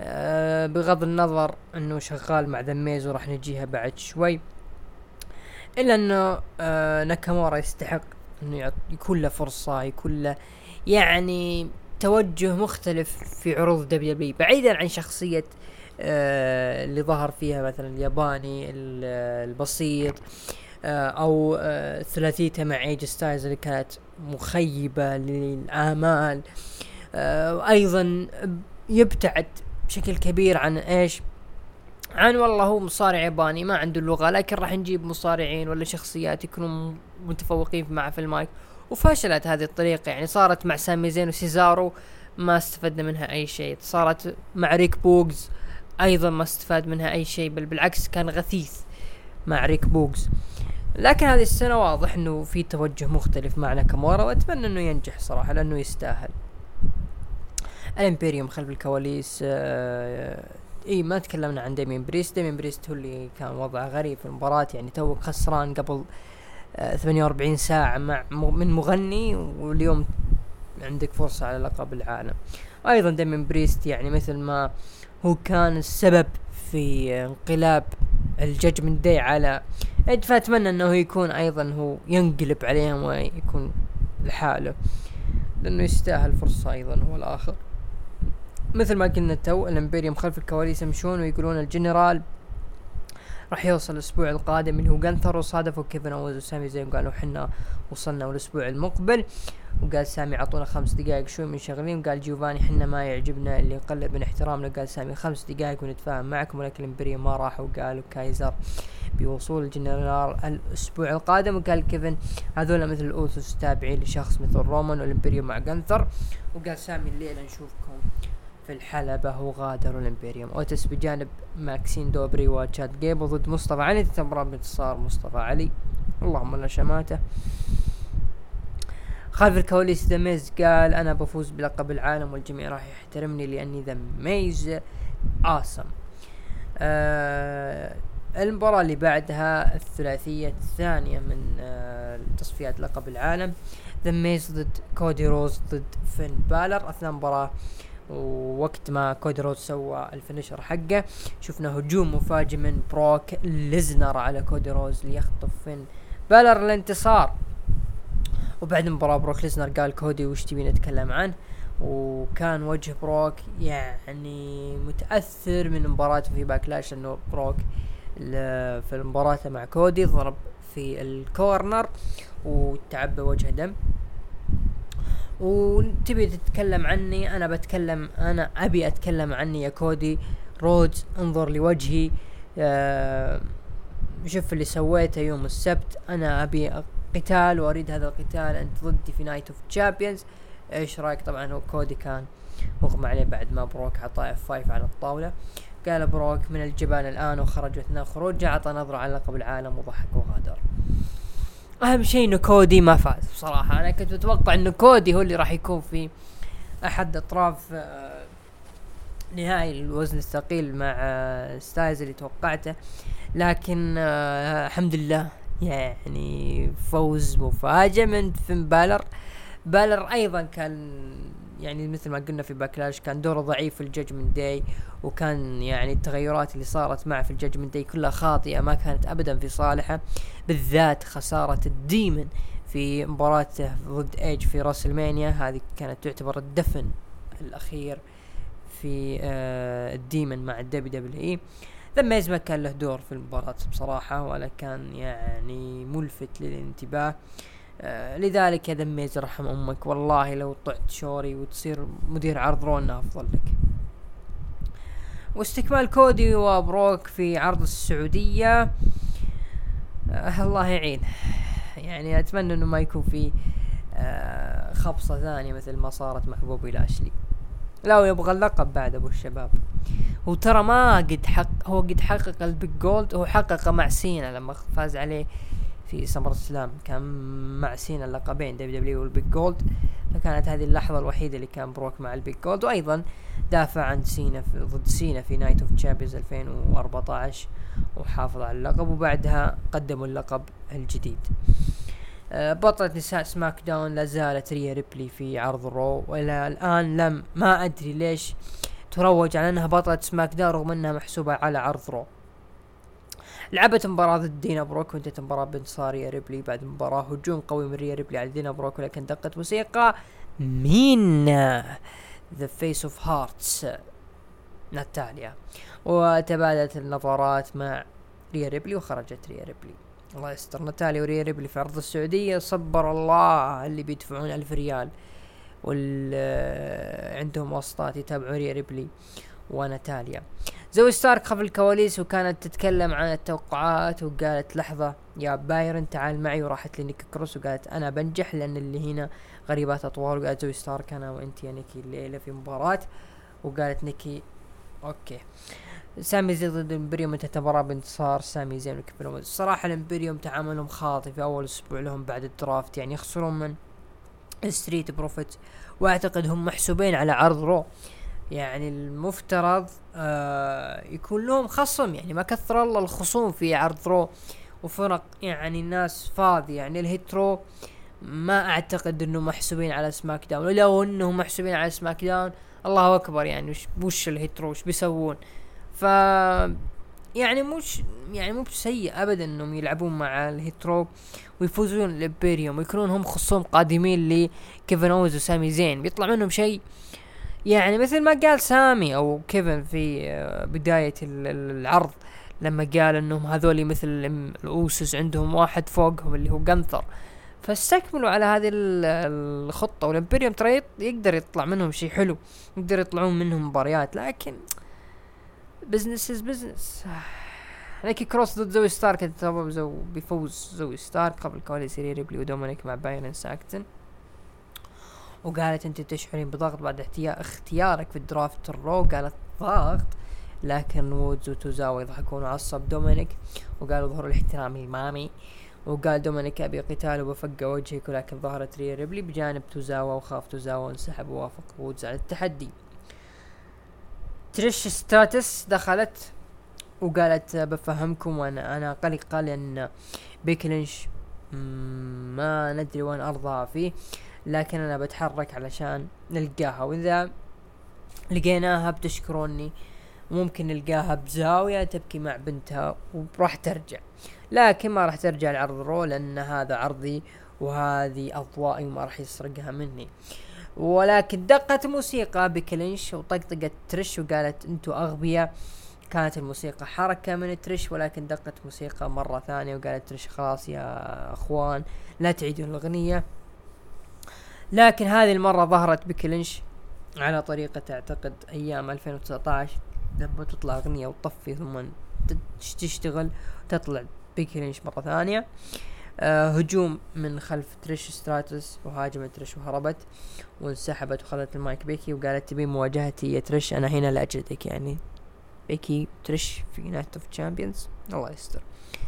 أه بغض النظر انه شغال مع ذا ميز، وراح نجيها بعد شوي. الا انه آه ناكامورا يستحق انه يكون له فرصة، يكون له يعني توجه مختلف في عروض دبليو دبليو، بعيدا عن شخصية آه اللي ظهر فيها مثلا الياباني البسيط، آه او آه ثلاثيته مع ايج ستايلز اللي كانت مخيبة للآمال. آه ايضا يبتعد بشكل كبير عن ايش، عن والله هو مصارع ياباني ما عنده اللغة، لكن راح نجيب مصارعين ولا شخصيات يكونوا متفوقين معه في المايك. وفشلت هذه الطريقة، يعني صارت مع سامي زين وسيزارو ما استفدنا منها اي شيء، صارت مع ريك بوغز ايضا ما استفاد منها اي شيء، بل بالعكس كان غثيث مع ريك بوغز. لكن هذه السنة واضح انه في توجه مختلف مع ناكامورا، واتمنى انه ينجح صراحة لانه يستاهل. الامبيريوم خلف الكواليس، آه اي ما تكلمنا عن ديمين بريست. ديمين بريست هو اللي كان وضعه غريب في المباراة، يعني تو خسران قبل آه ثمانية وأربعين ساعة مع من مغني، واليوم عندك فرصة على لقب العالم. ايضا ديمين بريست يعني مثل ما هو كان السبب في انقلاب الجاجمنت داي على ايد، فاتمنى انه يكون ايضا هو ينقلب عليهم ويكون لحاله، لانه يستاهل فرصة ايضا هو الاخر. مثل ما قلنا تو الامبيريوم خلف الكواليس يمشون ويقولون الجنرال راح يوصل الاسبوع القادم اللي هو جانثر، وصادفوا كيفن اوز وسامي زين قالوا حنا وصلنا الاسبوع المقبل، وقال سامي عطونا خمس دقائق شوي من شغلين، قال جيوفاني حنا ما يعجبنا اللي يقلب من احترامنا، قال سامي خمس دقائق ونتفاهم معكم، ولكن الامبيريوم ما راحوا وقالوا كايزر بوصول الجنرال الاسبوع القادم، وقال كيفن هذول مثل الاوثوس تابعين لشخص مثل رومان، والامبيريوم مع جانثر، وقال سامي الليلة نشوفكم في الحلبة. وغادروا الامبيريوم. اوتس بجانب ماكسين دوبري وتشاد جيبل ضد مصطفى علي، تتمرن بانتصار مصطفى علي اللهم لا شماته. خلف الكواليس ذا ميز قال انا بفوز بلقب العالم والجميع راح يحترمني لاني ذا ميز آسم. آه المباراة اللي بعدها الثلاثية الثانية من آه تصفيات لقب العالم، ذا ميز ضد كودي روز ضد فين بالر. اثناء مباراة ووقت ما كودي روز سوى الفينيشر حقه شفنا هجوم مفاجئ من بروك ليزنر على كودي روز ليخطف فين بالر الانتصار. وبعد المباراة بروك ليزنر قال كودي وش تبي نتكلم عنه، وكان وجه بروك يعني متأثر من مباراته في باكلاش، انه بروك في المباراة مع كودي ضرب في الكورنر وتعبى وجه دم. وتبي تتكلم عني، انا بتكلم، انا ابي اتكلم عني يا كودي رودز، انظر لوجهي، آه شوف اللي سويته يوم السبت، انا ابي قتال واريد هذا القتال، انت ضدي في نايت اوف تشامبيونز، ايش رايك؟ طبعا هو كودي كان مغمى عليه بعد ما بروك عطاه اف فايف على الطاولة. قال بروك من الجبال الان، وخرج اثناء خروجه عطى نظرة على لقب العالم وضحك وغادر. اهم شيء انه كودي ما فاز بصراحة، انا كنت متوقع انه كودي هو اللي راح يكون في احد اطراف نهائي الوزن الثقيل مع ستايلز اللي توقعته، لكن الحمد لله يعني فوز مفاجئ من فين بالر. بالر ايضا كان يعني مثل ما قلنا في باكلاش كان دوره ضعيف في الجاجمنت داي، وكان يعني التغيرات اللي صارت معه في الجاجمنت داي كلها خاطئة، ما كانت ابدا في صالحه، بالذات خسارة الديمن في مباراته ضد ايج في راسلمانيا، هذه كانت تعتبر الدفن الاخير في آه الديمن مع الدبليو دبليو اي. ذا ميز ما كان له دور في المباراة بصراحة، ولا كان يعني ملفت للانتباه، آه لذلك يا ذا ميز رحم امك، والله لو طعت شوري وتصير مدير عرض رونا افضل لك. واستكمال كودي وبروك في عرض السعودية، آه الله يعين، يعني اتمنى انه ما يكون في آه خبصة ثانية مثل ما صارت مع بوبي لاشلي. لا يبغى اللقب بعد ابو الشباب، هو ترى ما قد حق هو قد حقق البيج جولد، هو حققه مع سينا لما فاز عليه في سمر سلام، كان مع سينا اللقبين دبليو دبليو والبيج جولد، فكانت هذه اللحظة الوحيدة اللي كان بروك مع البيج جولد. وايضا دافع عن سينا في ضد سينا في نايت اوف تشامبيونز ألفين وأربعة عشر وحافظ على اللقب، وبعدها قدموا اللقب الجديد. بطلة نساء سماك داون لا زالت ريا ريبلي في عرض رو، والى الان لم ما ادري ليش تروج على انها بطلة سماك داون رغم انها محسوبة على عرض رو. لعبت مباراة ضد دينا بروك وانتهت مباراة بانتصار ريا ريبلي بعد مباراة هجوم قوي من ريا ريبلي على دينا بروك، ولكن دقت موسيقى مين ذا فيس اوف هارتس ناتاليا، وتبادلت النظرات مع ريا ريبلي وخرجت ريا ريبلي. الله يستر، ناتاليا وريا ريبلي في عرض السعودية صبر الله اللي بيدفعون ألف ريال وال عندهم واسطات يتابعون ريا ريبلي وناتاليا. زوي ستارك خلف الكواليس وكانت تتكلم عن التوقعات وقالت لحظة يا بايرن تعال معي، وراحت لنيكي كروس وقالت انا بنجح لان اللي هنا غريبات اطوار، وقالت زوي ستارك انا وانت يا نيكي الليلة في مباراة، وقالت نيكي اوكي. سامي زين ضد الامبريوم انتهت المباراة بانتصار سامي زين وكيفن اوينز. الصراحة الامبريوم تعاملهم خاطئ في اول اسبوع لهم بعد الدرافت، يعني يخسرون من ستريت بروفيت، واعتقد هم محسوبين على عرض رو، يعني المفترض آه يكون لهم خصم، يعني ما كثر الله الخصوم في عرض رو وفرق، يعني الناس فاضي، يعني الهيترو ما اعتقد انه محسوبين على سماك داون، ولو انهم محسوبين على سماك داون الله اكبر، يعني وش وش الهيترو وش بيسوون؟ ف يعني مش يعني مو سيء ابدا انهم يلعبون مع الهيترو ويفوزون الامبيريوم ويكونون هم خصوم قادمين لكيفن اوز وسامي زين، بيطلع منهم شيء يعني مثل ما قال سامي او كيفن في بداية العرض لما قال انهم هذول مثل الاوسس عندهم واحد فوقهم اللي هو جنثر، فاستكملوا على هذه الخطة، والامبيريوم ترى يقدر يطلع منهم شيء حلو، يقدر يطلعون منهم مباريات، لكن بزنس از بزنس. نيكي كروس ضد زوي ستارك تسبب زو بفوز زوي ستارك قبل كواليس ريا ريبلي ودومينيك مع بايرن ساكتن، وقالت انت تشعرين بضغط بعد اختيارك في الدرافت الرو، قالت ضغط، لكن وودز وتوزاوا يضحكون وعصب دومينيك وقالوا ظهر الاحترام المامي، وقال دومينيك ابي قتال وبفقع وجهك، ولكن ظهرت ريا ريبلي بجانب توزاوا وخاف توزاوا وانسحب ووافق وودز على التحدي. تريش ستاتس دخلت وقالت بفهمكم وانا انا قلقة لان بيكلينش ما ندري وين ارضها فيه، لكن انا بتحرك علشان نلقاها، واذا لقيناها بتشكروني، وممكن نلقاها بزاوية تبكي مع بنتها وراح ترجع، لكن ما راح ترجع لعرض رو لان هذا عرضي وهذه اضوائي وما راح يسرقها مني. ولكن دقت موسيقى بكلينش وطقطقت ترش وقالت انتو اغبياء، كانت الموسيقى حركة من ترش، ولكن دقت موسيقى مرة ثانية وقالت ترش خلاص يا اخوان لا تعيدون الاغنية، لكن هذه المرة ظهرت بكلينش على طريقة اعتقد ايام ألفين وتسعطعش لما تطلع اغنية وتطفي ثم تشتغل تطلع بكلينش مرة ثانية. آه هجوم من خلف تريش ستراتس وهاجمت تريش وهربت وانسحبت وخذت المايك بيكي وقالت تبي مواجهتي يا تريش انا هنا لاجلك، يعني بيكي تريش في نايت اوف تشامبيونز الله يستر.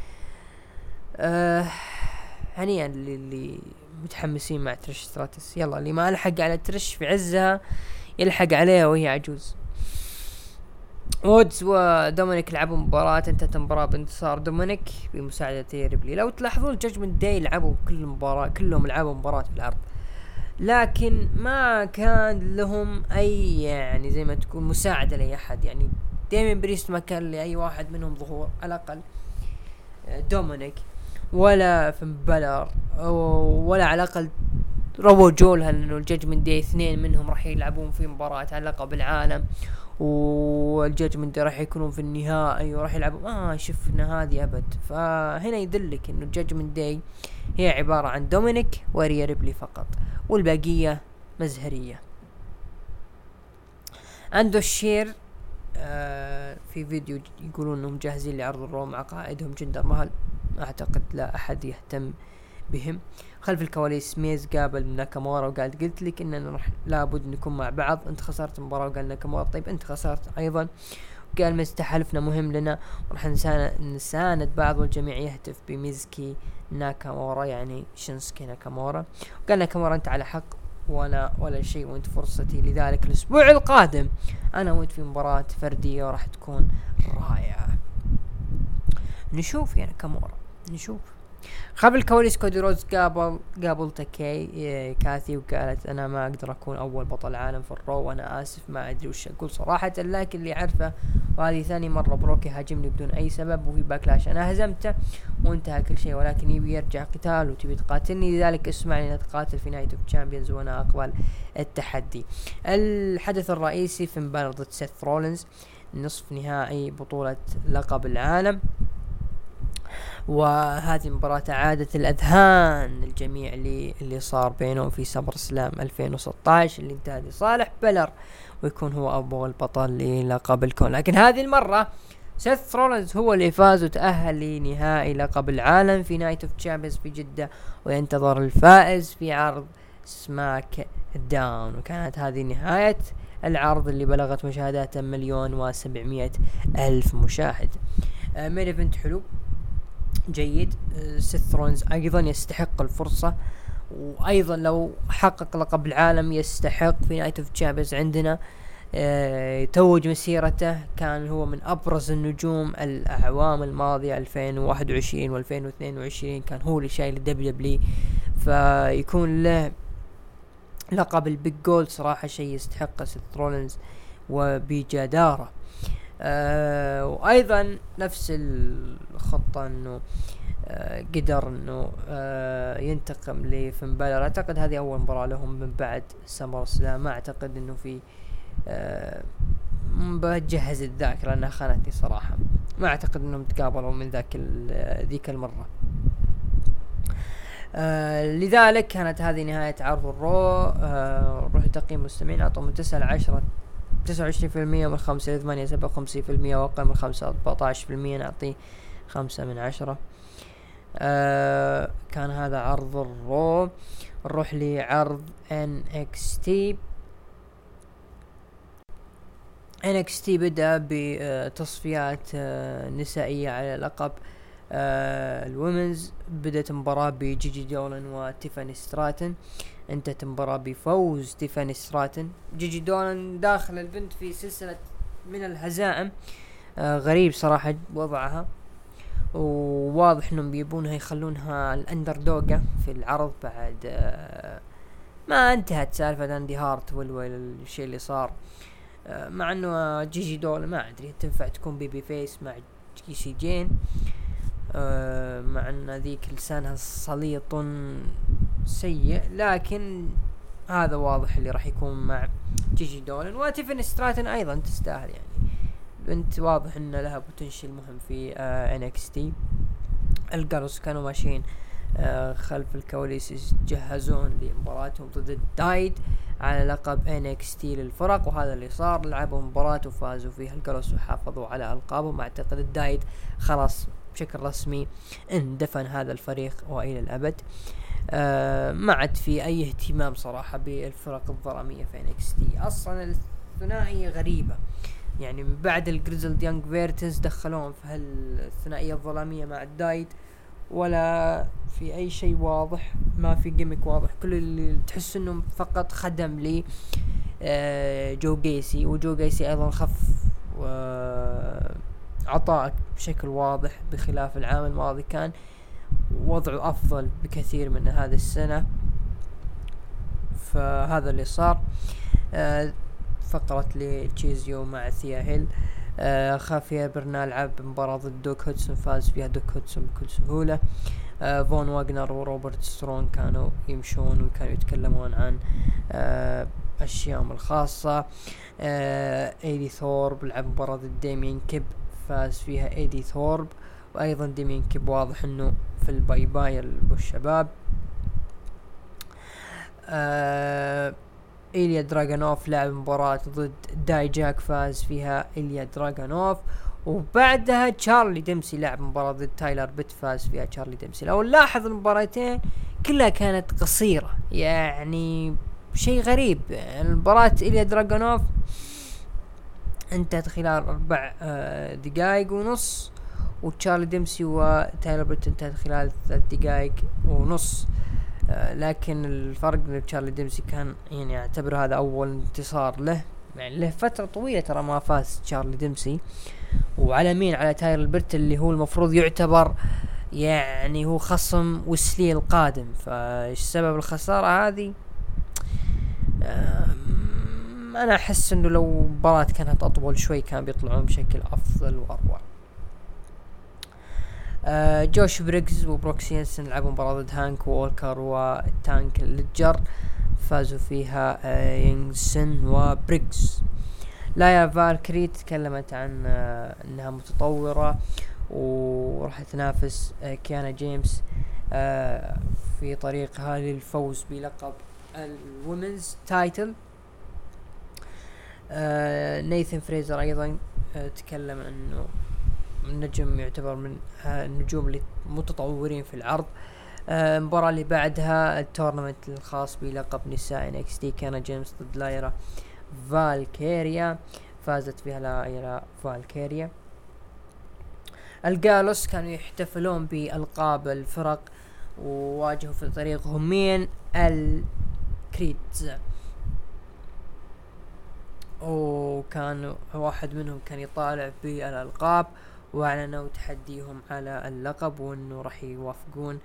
آه هنيئا اللي متحمسين مع تريش ستراتس، يلا اللي ما لحق على تريش في عزها يلحق عليها وهي عجوز. وودز ودومينيك لعبوا مباراة انتهت المباراة بانتصار دومينيك بمساعدة ريبلي. لو تلاحظون الجاجمنت داي لعبوا كل مباراة كلهم لعبوا مباراة في العرض، لكن ما كان لهم اي يعني زي ما تكون مساعدة لاي احد، يعني دايمين بريست ما كان لاي واحد منهم ظهور على الاقل دومينيك ولا فين بالر ولا على الاقل روو جولها، لانه الجاجمنت داي اثنين منهم راح يلعبون في مباراة على لقب العالم والجاجمنت راح يكونون في النهائي وراح يلعبوا ما شفنا هذه ابد. فهنا يدلك انه الجاجمنت داي هي عبارة عن دومينيك وريا ريبلي فقط والباقية مزهرية. عنده الشير آه في فيديو يقولون انهم جاهزين لعرض الرو مع قائدهم جندر مهل، اعتقد لا احد يهتم بهم. خلف الكواليس ميز قابل ناكامورا وقال قلت لك اننا رح لابد نكون مع بعض، انت خسرت المباراة، وقال ناكامورا طيب انت خسرت ايضا، قال ميز تحالفنا مهم لنا ورح نساند بعض، والجميع يهتف بميزكي ناكامورا يعني شينسكي ناكامورا، وقال ناكامورا انت على حق وانا ولا شيء وانت فرصتي، لذلك الاسبوع القادم انا وانت في مباراة فردية وراح تكون رائعة. نشوف يا ناكامورا نشوف. قبل الكواليس كودي روز قابل قابل تاكي كاثي وقالت انا ما اقدر اكون اول بطل عالم في الرو وانا اسف ما ادري وش اقول صراحة، لكن اللي عارفه وهذه ثاني مرة بروك يهاجمني بدون أي سبب وفي باكلاش أنا هزمته وانتهى كل شيء، ولكن يبي يرجع قتال وتبي تقاتلني، لذلك اسمعني نتقاتل في نايت اوف تشامبيونز وأنا أقبل التحدي. الحدث الرئيسي فين بالر ضد سيث رولينز، نصف نهائي بطولة لقب العالم، وهذه مباراة عادت الأذهان الجميع اللي اللي صار بينهم في سمر سلام ألفين وستة عشر اللي انتهى لصالح بلر ويكون هو أبو البطل للقب الكون. لكن هذه المرة سيث رولينز هو اللي فاز وتأهل لنهائي لقب العالم في نايت اوف تشامبيونز في جدة، وينتظر الفائز في عرض سماك داون. وكانت هذه نهاية العرض اللي بلغت مشاهداته مليون وسبعمية ألف مشاهد. آه مين ايفنت حلو جيد. آه سيث رولينز أيضا يستحق الفرصة، وأيضا لو حقق لقب العالم يستحق في نايت اوف تشامبيونز عندنا. آه يتوج مسيرته، كان هو من أبرز النجوم الأعوام الماضية ألفين وواحد وعشرين وألفين واثنين وعشرين، كان هو اللي شايل الدبليو دبليو، فيكون له لقب البيج جولد صراحة شيء يستحق سيث رولينز وبجدارة. آه وأيضا نفس الخطة أنه آه قدر أنه آه ينتقم لفين بالر. أعتقد هذه أول مباراة لهم من بعد سمر سلام، ما أعتقد أنه في آه بجهز الذاكرة لأنها خانتني صراحة، ما أعتقد أنهم تقابلوا من ذاك ذيك المرة. آه لذلك كانت هذه نهاية عرض الرو. آه روح تقييم مستمعين أعطوا من تسعة لعشرة، تسعة وعشرين في المية من خمسة لثمانية، سبعة وخمسين في المية، وأقل من خمسة أربعة عشر في المية نعطيه خمسة من عشرة. آه كان هذا عرض الرو. نروح لعرض إن إكس تي. إن إكس تي بدأ بتصفيات آه نسائية على لقب آه الومنز. بدأت مباراة بجيجي دولن وتيفاني ستراتن، انتهت مباراة بفوز تيفاني ستراتن. جيجي دولن داخل البنت في سلسلة من الهزائم، آه غريب صراحة وضعها، وواضح انهم بيبونها يخلونها الاندر دوغة في العرض بعد آه ما انتهت سالفة اندي هارت والشيء اللي صار. آه مع انه جيجي دولن ما ادري تنفع تكون بيبي فيس مع كيسي جين، آه مع ان ذيك لسانها سليط سيء، لكن هذا واضح اللي راح يكون مع جيجي دولن. وتيفاني ستراتن ايضا تستاهل، يعني بنت واضح ان لها بوتنشل مهم في آه إن إكس تي. الجالوس كانوا ماشيين آه خلف الكواليس يجهزون لمباراتهم ضد الدايد على لقب إن إكس تي للفرق، وهذا اللي صار. لعبوا مباراة وفازوا فيها الجالوس وحافظوا على ألقابهم. اعتقد الدايد خلاص بشكل رسمي اندفن هذا الفريق والى الابد. آه ما عاد في اي اهتمام صراحة بالفرق الظلامية في إن إكس تي. اصلا الثنائية غريبة، يعني من بعد الجريزلد يانج فيرتنز دخلوهم في هالثنائية الظلامية مع الدايد، ولا في اي شيء واضح، ما في جيمك واضح، كل اللي تحس انهم فقط خدم لي آه جو جيسي، وجو جيسي ايضا خف عطاء بشكل واضح، بخلاف العام الماضي كان وضعه افضل بكثير من هذه السنة. فهذا اللي صار. آه فقرة لتشيزيو مع ثيا هيل. آه خافيا برنال لعب مباراة ضد دوك هودسون، فاز فيها دوك هودسون بكل سهولة. آه فون واغنر وروبرت سترون كانوا يمشون وكانوا يتكلمون عن آه اشياء الخاصة. آه ايدي ثورب لعب مباراة ضد ديمين كيب، فاز فيها ايدي ثورب، وايضا ديمين كيب واضح انه في الباي باي الشباب. آه إيليا دراغونوف لعب مباراة ضد داي جاك، فاز فيها إيليا دراغونوف. وبعدها تشارلي ديمسي لعب مباراة ضد تايلر بيت، فاز فيها تشارلي ديمسي. لو نلاحظ المباراتين كلها كانت قصيرة، يعني شيء غريب. المباراة إيليا دراغونوف انتهت خلال أربع آه دقائق ونص، وتشارلي ديمسي وتايلر بيت انتهت خلال ثلاث دقائق ونص. آه لكن الفرق ان تشارلي ديمسي كان يعني اعتبر هذا اول انتصار له، يعني له فترة طويلة ترى ما فاز تشارلي ديمسي. وعلى مين؟ على تايلر بيت اللي هو المفروض يعتبر يعني هو خصم ويسلي القادم. فايش سبب الخسارة هذه؟ آه انا احس انه لو مباراة كانت اطول شوي كان بيطلعون بشكل افضل واروع. آه جوش بريكس وبروكس ينسن لعبوا مباراة ضد هانك وولكر والتانك ليدجر، فازوا فيها آه ينسن وبريكس. لايا فالكري تكلمت عن آه انها متطورة وراح تنافس آه كيانا جيمس آه في طريقها للفوز بلقب الومنز تايتل. آه نيثن فريزر ايضا آه تكلم انه النجم يعتبر من آه النجوم اللي متطورين في العرض. آه المباراة اللي بعدها التورنمنت الخاص بلقب نساء إن إكس تي، كان جيمس ضد لايرا فالكيريا، فازت فيها لايرا فالكيريا. الجالوس كانوا يحتفلون بألقاب الفرق وواجهوا في طريقهم مين؟ الكريدز، وكان واحد منهم كان يطالع بالألقاب واعلنوا تحديهم على اللقب وانه راح يوافقون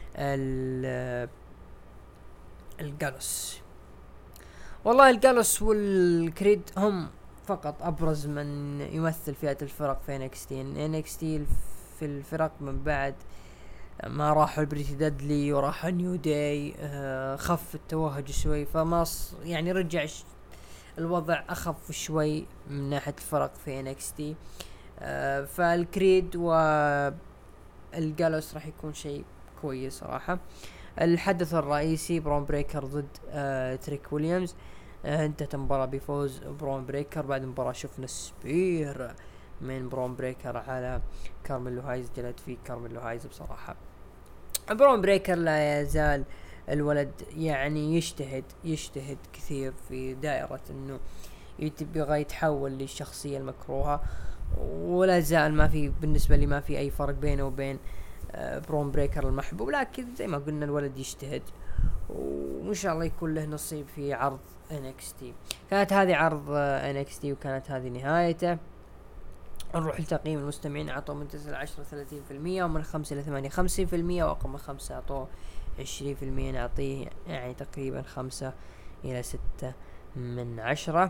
الجالوس. والله الجالوس والكريد هم فقط ابرز من يمثل فئة الفرق في إن إكس تي. إن إكس تي في الفرق من بعد ما راحوا البريتي دادلي وراح نيو داي آه خف التوهج شوي، فما يعني رجع الوضع اخف شوي من ناحية الفرق في إن إكس تي. آه فالكريد والجالوس راح يكون شيء كويس صراحة. الحدث الرئيسي برون بريكر ضد آه تريك ويليامز، آه انتهت المباراة بفوز برون بريكر. بعد المباراة شفنا سبير من برون بريكر على كارميلو هايز، جلد فيه كارميلو هايز بصراحة. برون بريكر لا يزال الولد يعني يجتهد يجتهد كثير في دائرة انه يبغى يتحول للشخصية المكروهة، ولا زال ما في بالنسبة لي ما في اي فرق بينه وبين برون بريكر المحبوب، لكن زي ما قلنا الولد يجتهد وان شاء الله يكون له نصيب في عرض إن إكس تي. كانت هذه عرض إن إكس تي وكانت هذه نهايته. نروح لتقييم المستمعين، اعطوا من تسعة إلى عشرة ثلاثين بالمية، ومن خمسة إلى ثمانية خمسين بالمية، ورقم من خمسة اعطوه عشرين بالمية. نعطيه يعني تقريبا خمسة إلى ستة من عشرة.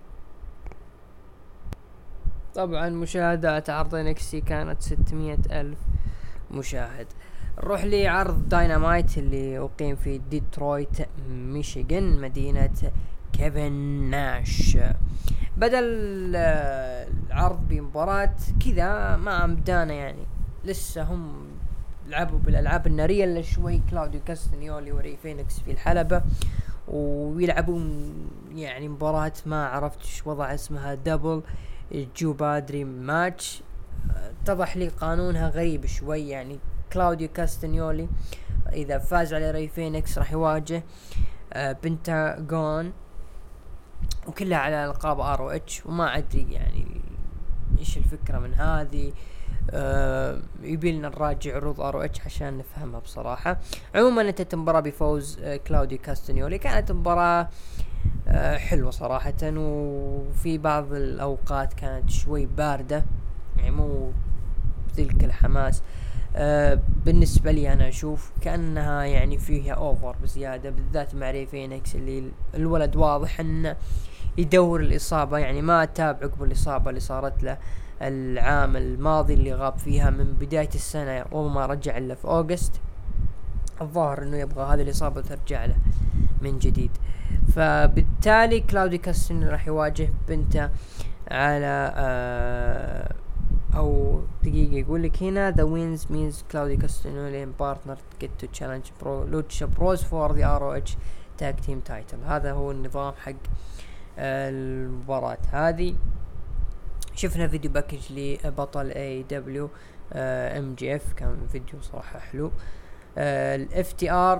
طبعا مشاهدات عرض إن إكس تي كانت ستمية ألف مشاهد. نروح لعرض داينامايت اللي أقيم في ديترويت ميشيغان مدينة كيفن ناش. بدل العرض بمباراة كذا ما أمدانا، يعني لسه هم لعبوا بالألعاب النارية اللي شوي كلاوديو كاستانيولي وري فينيكس في الحلبة، ويلعبون يعني مباراة ما عرفت ايش وضع اسمها دبل جو بادري ماتش. اتضح لي قانونها غريب شوي، يعني كلاوديو كاستانيولي اذا فاز على ري فينيكس راح يواجه آه بنتاغون، وكلها على القاب ار او اتش، وما ادري يعني ايش الفكرة من هذه. آه يبيلنا نراجع عروض ار او اتش عشان نفهمها بصراحة. عموما انتهت المباراة بفوز آه كلاوديو كاستانيولي. كانت مباراة آه حلوة صراحة، وفي بعض الاوقات كانت شوي باردة، يعني مو بذلك الحماس. آه بالنسبة لي انا اشوف كأنها يعني فيها اوفر بزيادة، بالذات مع ري فينيكس اللي الولد واضح انه يدور الاصابة، يعني ما تابع عقب الاصابة اللي صارت له العام الماضي اللي غاب فيها من بداية السنة وما رجع الا في اوغست. الظاهر انه يبغى هذه الاصابة ترجع له من جديد، فبالتالي كلاودي كاستن راح يواجه بنته على آه او دقيقة يقول لك هنا the wins means Claudio Castagnoli and partner get to challenge pro Lucha Bros for the ار او اتش tag team title. هذا هو النظام حق المباراة هذه. شفنا فيديو باكج لبطل اي دبليو ام جي اف، كان فيديو صراحة حلو. الاف تي ار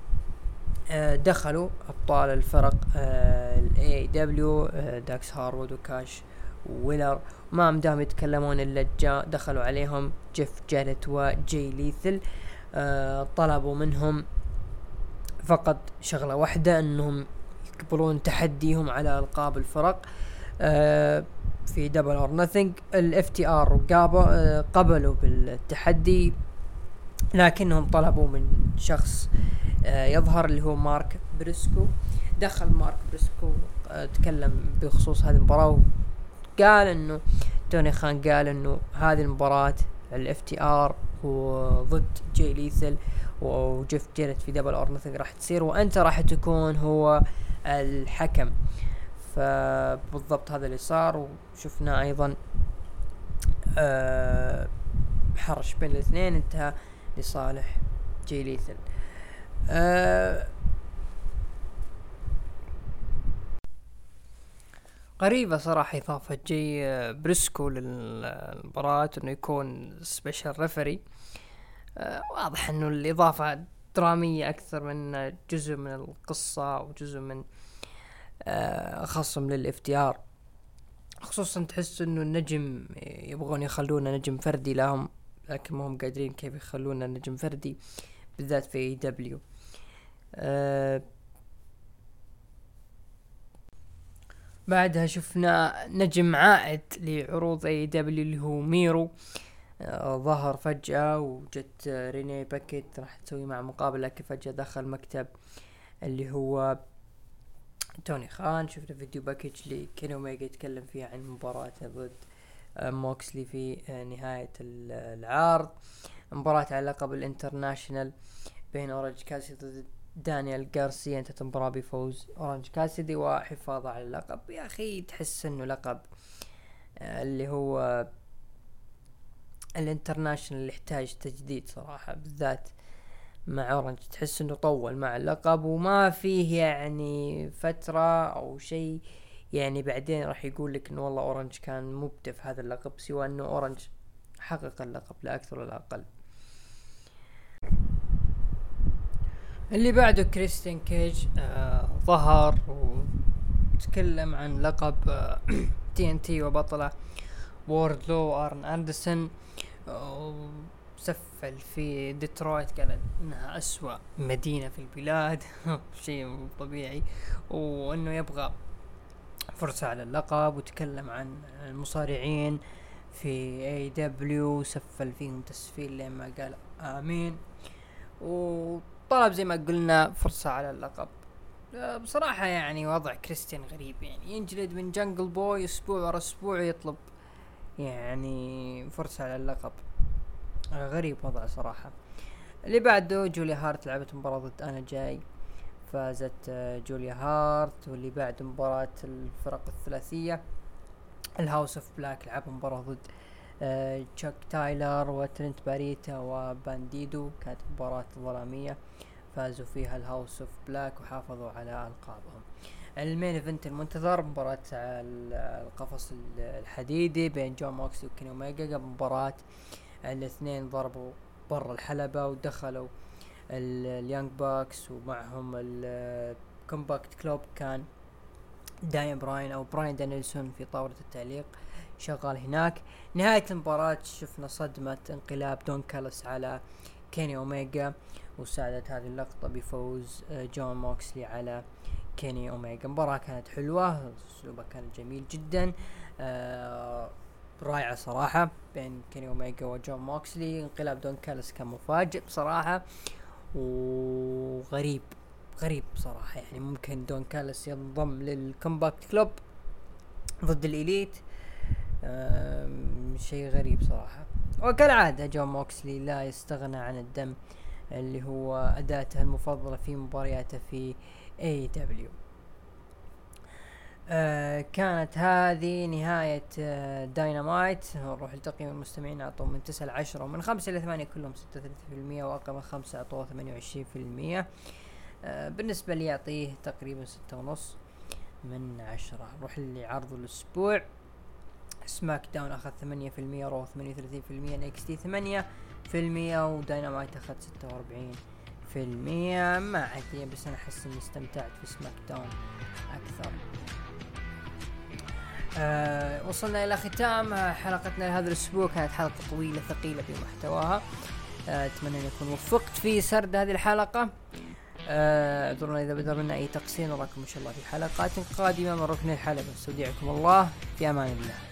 دخلوا ابطال الفرق الاي دبليو داكس هارود وكاش ويلر، ما مدام يتكلمون الا جاء دخلوا عليهم جيف جاريت وجاي ليثل. آه طلبوا منهم فقط شغلة واحدة، انهم يقبلون تحديهم على القاب الفرق آه في دبل اور نثينج. الاف تي ار آه قبلوا بالتحدي، لكنهم طلبوا من شخص آه يظهر اللي هو مارك بريسكو. دخل مارك بريسكو تكلم بخصوص هذه المباراة، وقال انه توني خان قال انه هذه المباراة الاف تي ار وضد جاي ليثل وجيف جيرت في دبل اور نثينج راح تصير، وانت راح تكون هو الحكم. فبالضبط هذا اللي صار، وشفنا ايضا أه حرش بين الاثنين انتهى لصالح جاي ليثل. أه غريبة صراحة إضافة جي بريسكو للمباراة إنه يكون سبيشال ريفري. أه واضح إنه الإضافة درامية أكثر من جزء من القصة أو جزء من أه خصم للإف تي آر، خصوصا تحس إنه النجم يبغون يخلونه نجم فردي لهم، لكن ما هم قادرين كيف يخلونه نجم فردي بالذات في اي دبليو. أه بعدها شفنا نجم عائد لعروض اي دبليو اللي هو ميرو. آه ظهر فجأة وجت آه ريني باكيت راح تسوي مع مقابلة، لكن فجأة دخل مكتب اللي هو توني خان. شفنا فيديو باكيج لكيني اوميجا يتكلم فيه عن مباراة ضد آه موكسلي في آه نهاية العرض، مباراة على لقب الانترناشنال بين اورنج كاسيدي ضد دانيال غارسيا، انتهت المباراة بفوز اورنج كاسيدي وحفاظه على اللقب. يا اخي تحس انه لقب آه اللي هو الانترناشنال اللي يحتاج تجديد صراحة، بالذات مع اورنج تحس انه طول مع اللقب وما فيه يعني فترة او شيء، يعني بعدين راح يقول لك انه والله اورنج كان مبدع في هذا اللقب، سوى انه اورنج حقق اللقب لا اكثر ولا اقل. اللي بعده كريستيان كيج آه ظهر وتكلم عن لقب آه تي ان تي وبطله ووردلو ارن اندرسون، سفل في ديترويت قال انها اسوأ مدينة في البلاد شيء مو طبيعي، وانه يبغى فرصة على اللقب، وتكلم عن المصارعين في اي دبليو سفل فيهم تسفيل لما قال امين، وطلب زي ما قلنا فرصة على اللقب. بصراحة يعني وضع كريستيان غريب، يعني ينجلد من جنجل بوي اسبوع ورا اسبوع يطلب يعني فرصة على اللقب، غريب وضع صراحة. اللي بعده جوليا هارت لعبت مباراة ضد انا جاي، فازت جوليا هارت. واللي بعد مباراة الفرق الثلاثية الهاوس اوف بلاك لعبوا مباراة ضد تشاك تايلر وترنت باريتا وبانديدو، كانت مباراة ظلامية فازوا فيها الهاوس اوف بلاك وحافظوا على ألقابهم. المين ايفنت المنتظر مباراة القفص الحديدي بين جون موكسلي وكيني اوميجا، قبل مباراة الاثنين ضربوا برا الحلبة ودخلوا اليانج باكس ومعهم الكومباكت كلوب، كان داين براين او براين دانيلسون في طاولة التعليق شغال هناك. نهاية المباراة شفنا صدمة انقلاب دون كالس على كيني اوميجا، وساعدت هذه اللقطة بفوز جون موكسلي على كيني اوميجا. المباراة كانت حلوة، اسلوبها كان جميل جدا، آه رائعة صراحة بين كيني اوميجا وجون موكسلي. انقلاب دون كالس كان مفاجئ بصراحة وغريب غريب صراحة، يعني ممكن دون كالس ينضم للكومباكت كلوب ضد الإليت، شيء غريب صراحة. وكالعادة جون موكسلي لا يستغنى عن الدم اللي هو أداته المفضلة في مبارياته في اي دبليو. آه كانت هذه نهاية آه داينامايت. نروح لتقييم المستمعين، أعطوا من تسعة لعشرة ومن خمسة لثمانية كلهم ستة وثلاثين بالمية، وأقل من خمسة أعطوه ثمانية وعشرين بالمية. آه بالنسبة لي أعطيه تقريبا ستة ونص من عشرة. نروح لعرض الأسبوع، سماك داون أخذ ثمانية بالمية، رو ثمانية وثلاثين بالمية، نيكس تي ثمانية بالمية، وداينامايت أخذ ستة وأربعين بالمية. ما عادي، بس أنا أحس إني استمتعت في سماك داون أكثر. أه وصلنا إلى ختام حلقتنا لهذا الأسبوع، كانت حلقة طويلة ثقيلة بمحتواها. أه أتمنى أن يكون وفقت في سرد هذه الحلقة. اعذرونا أه إذا بدر منا أي تقصير، نراكم إن شاء الله في حلقات قادمة من ركن الحلبة. استودعكم الله في أمان الله.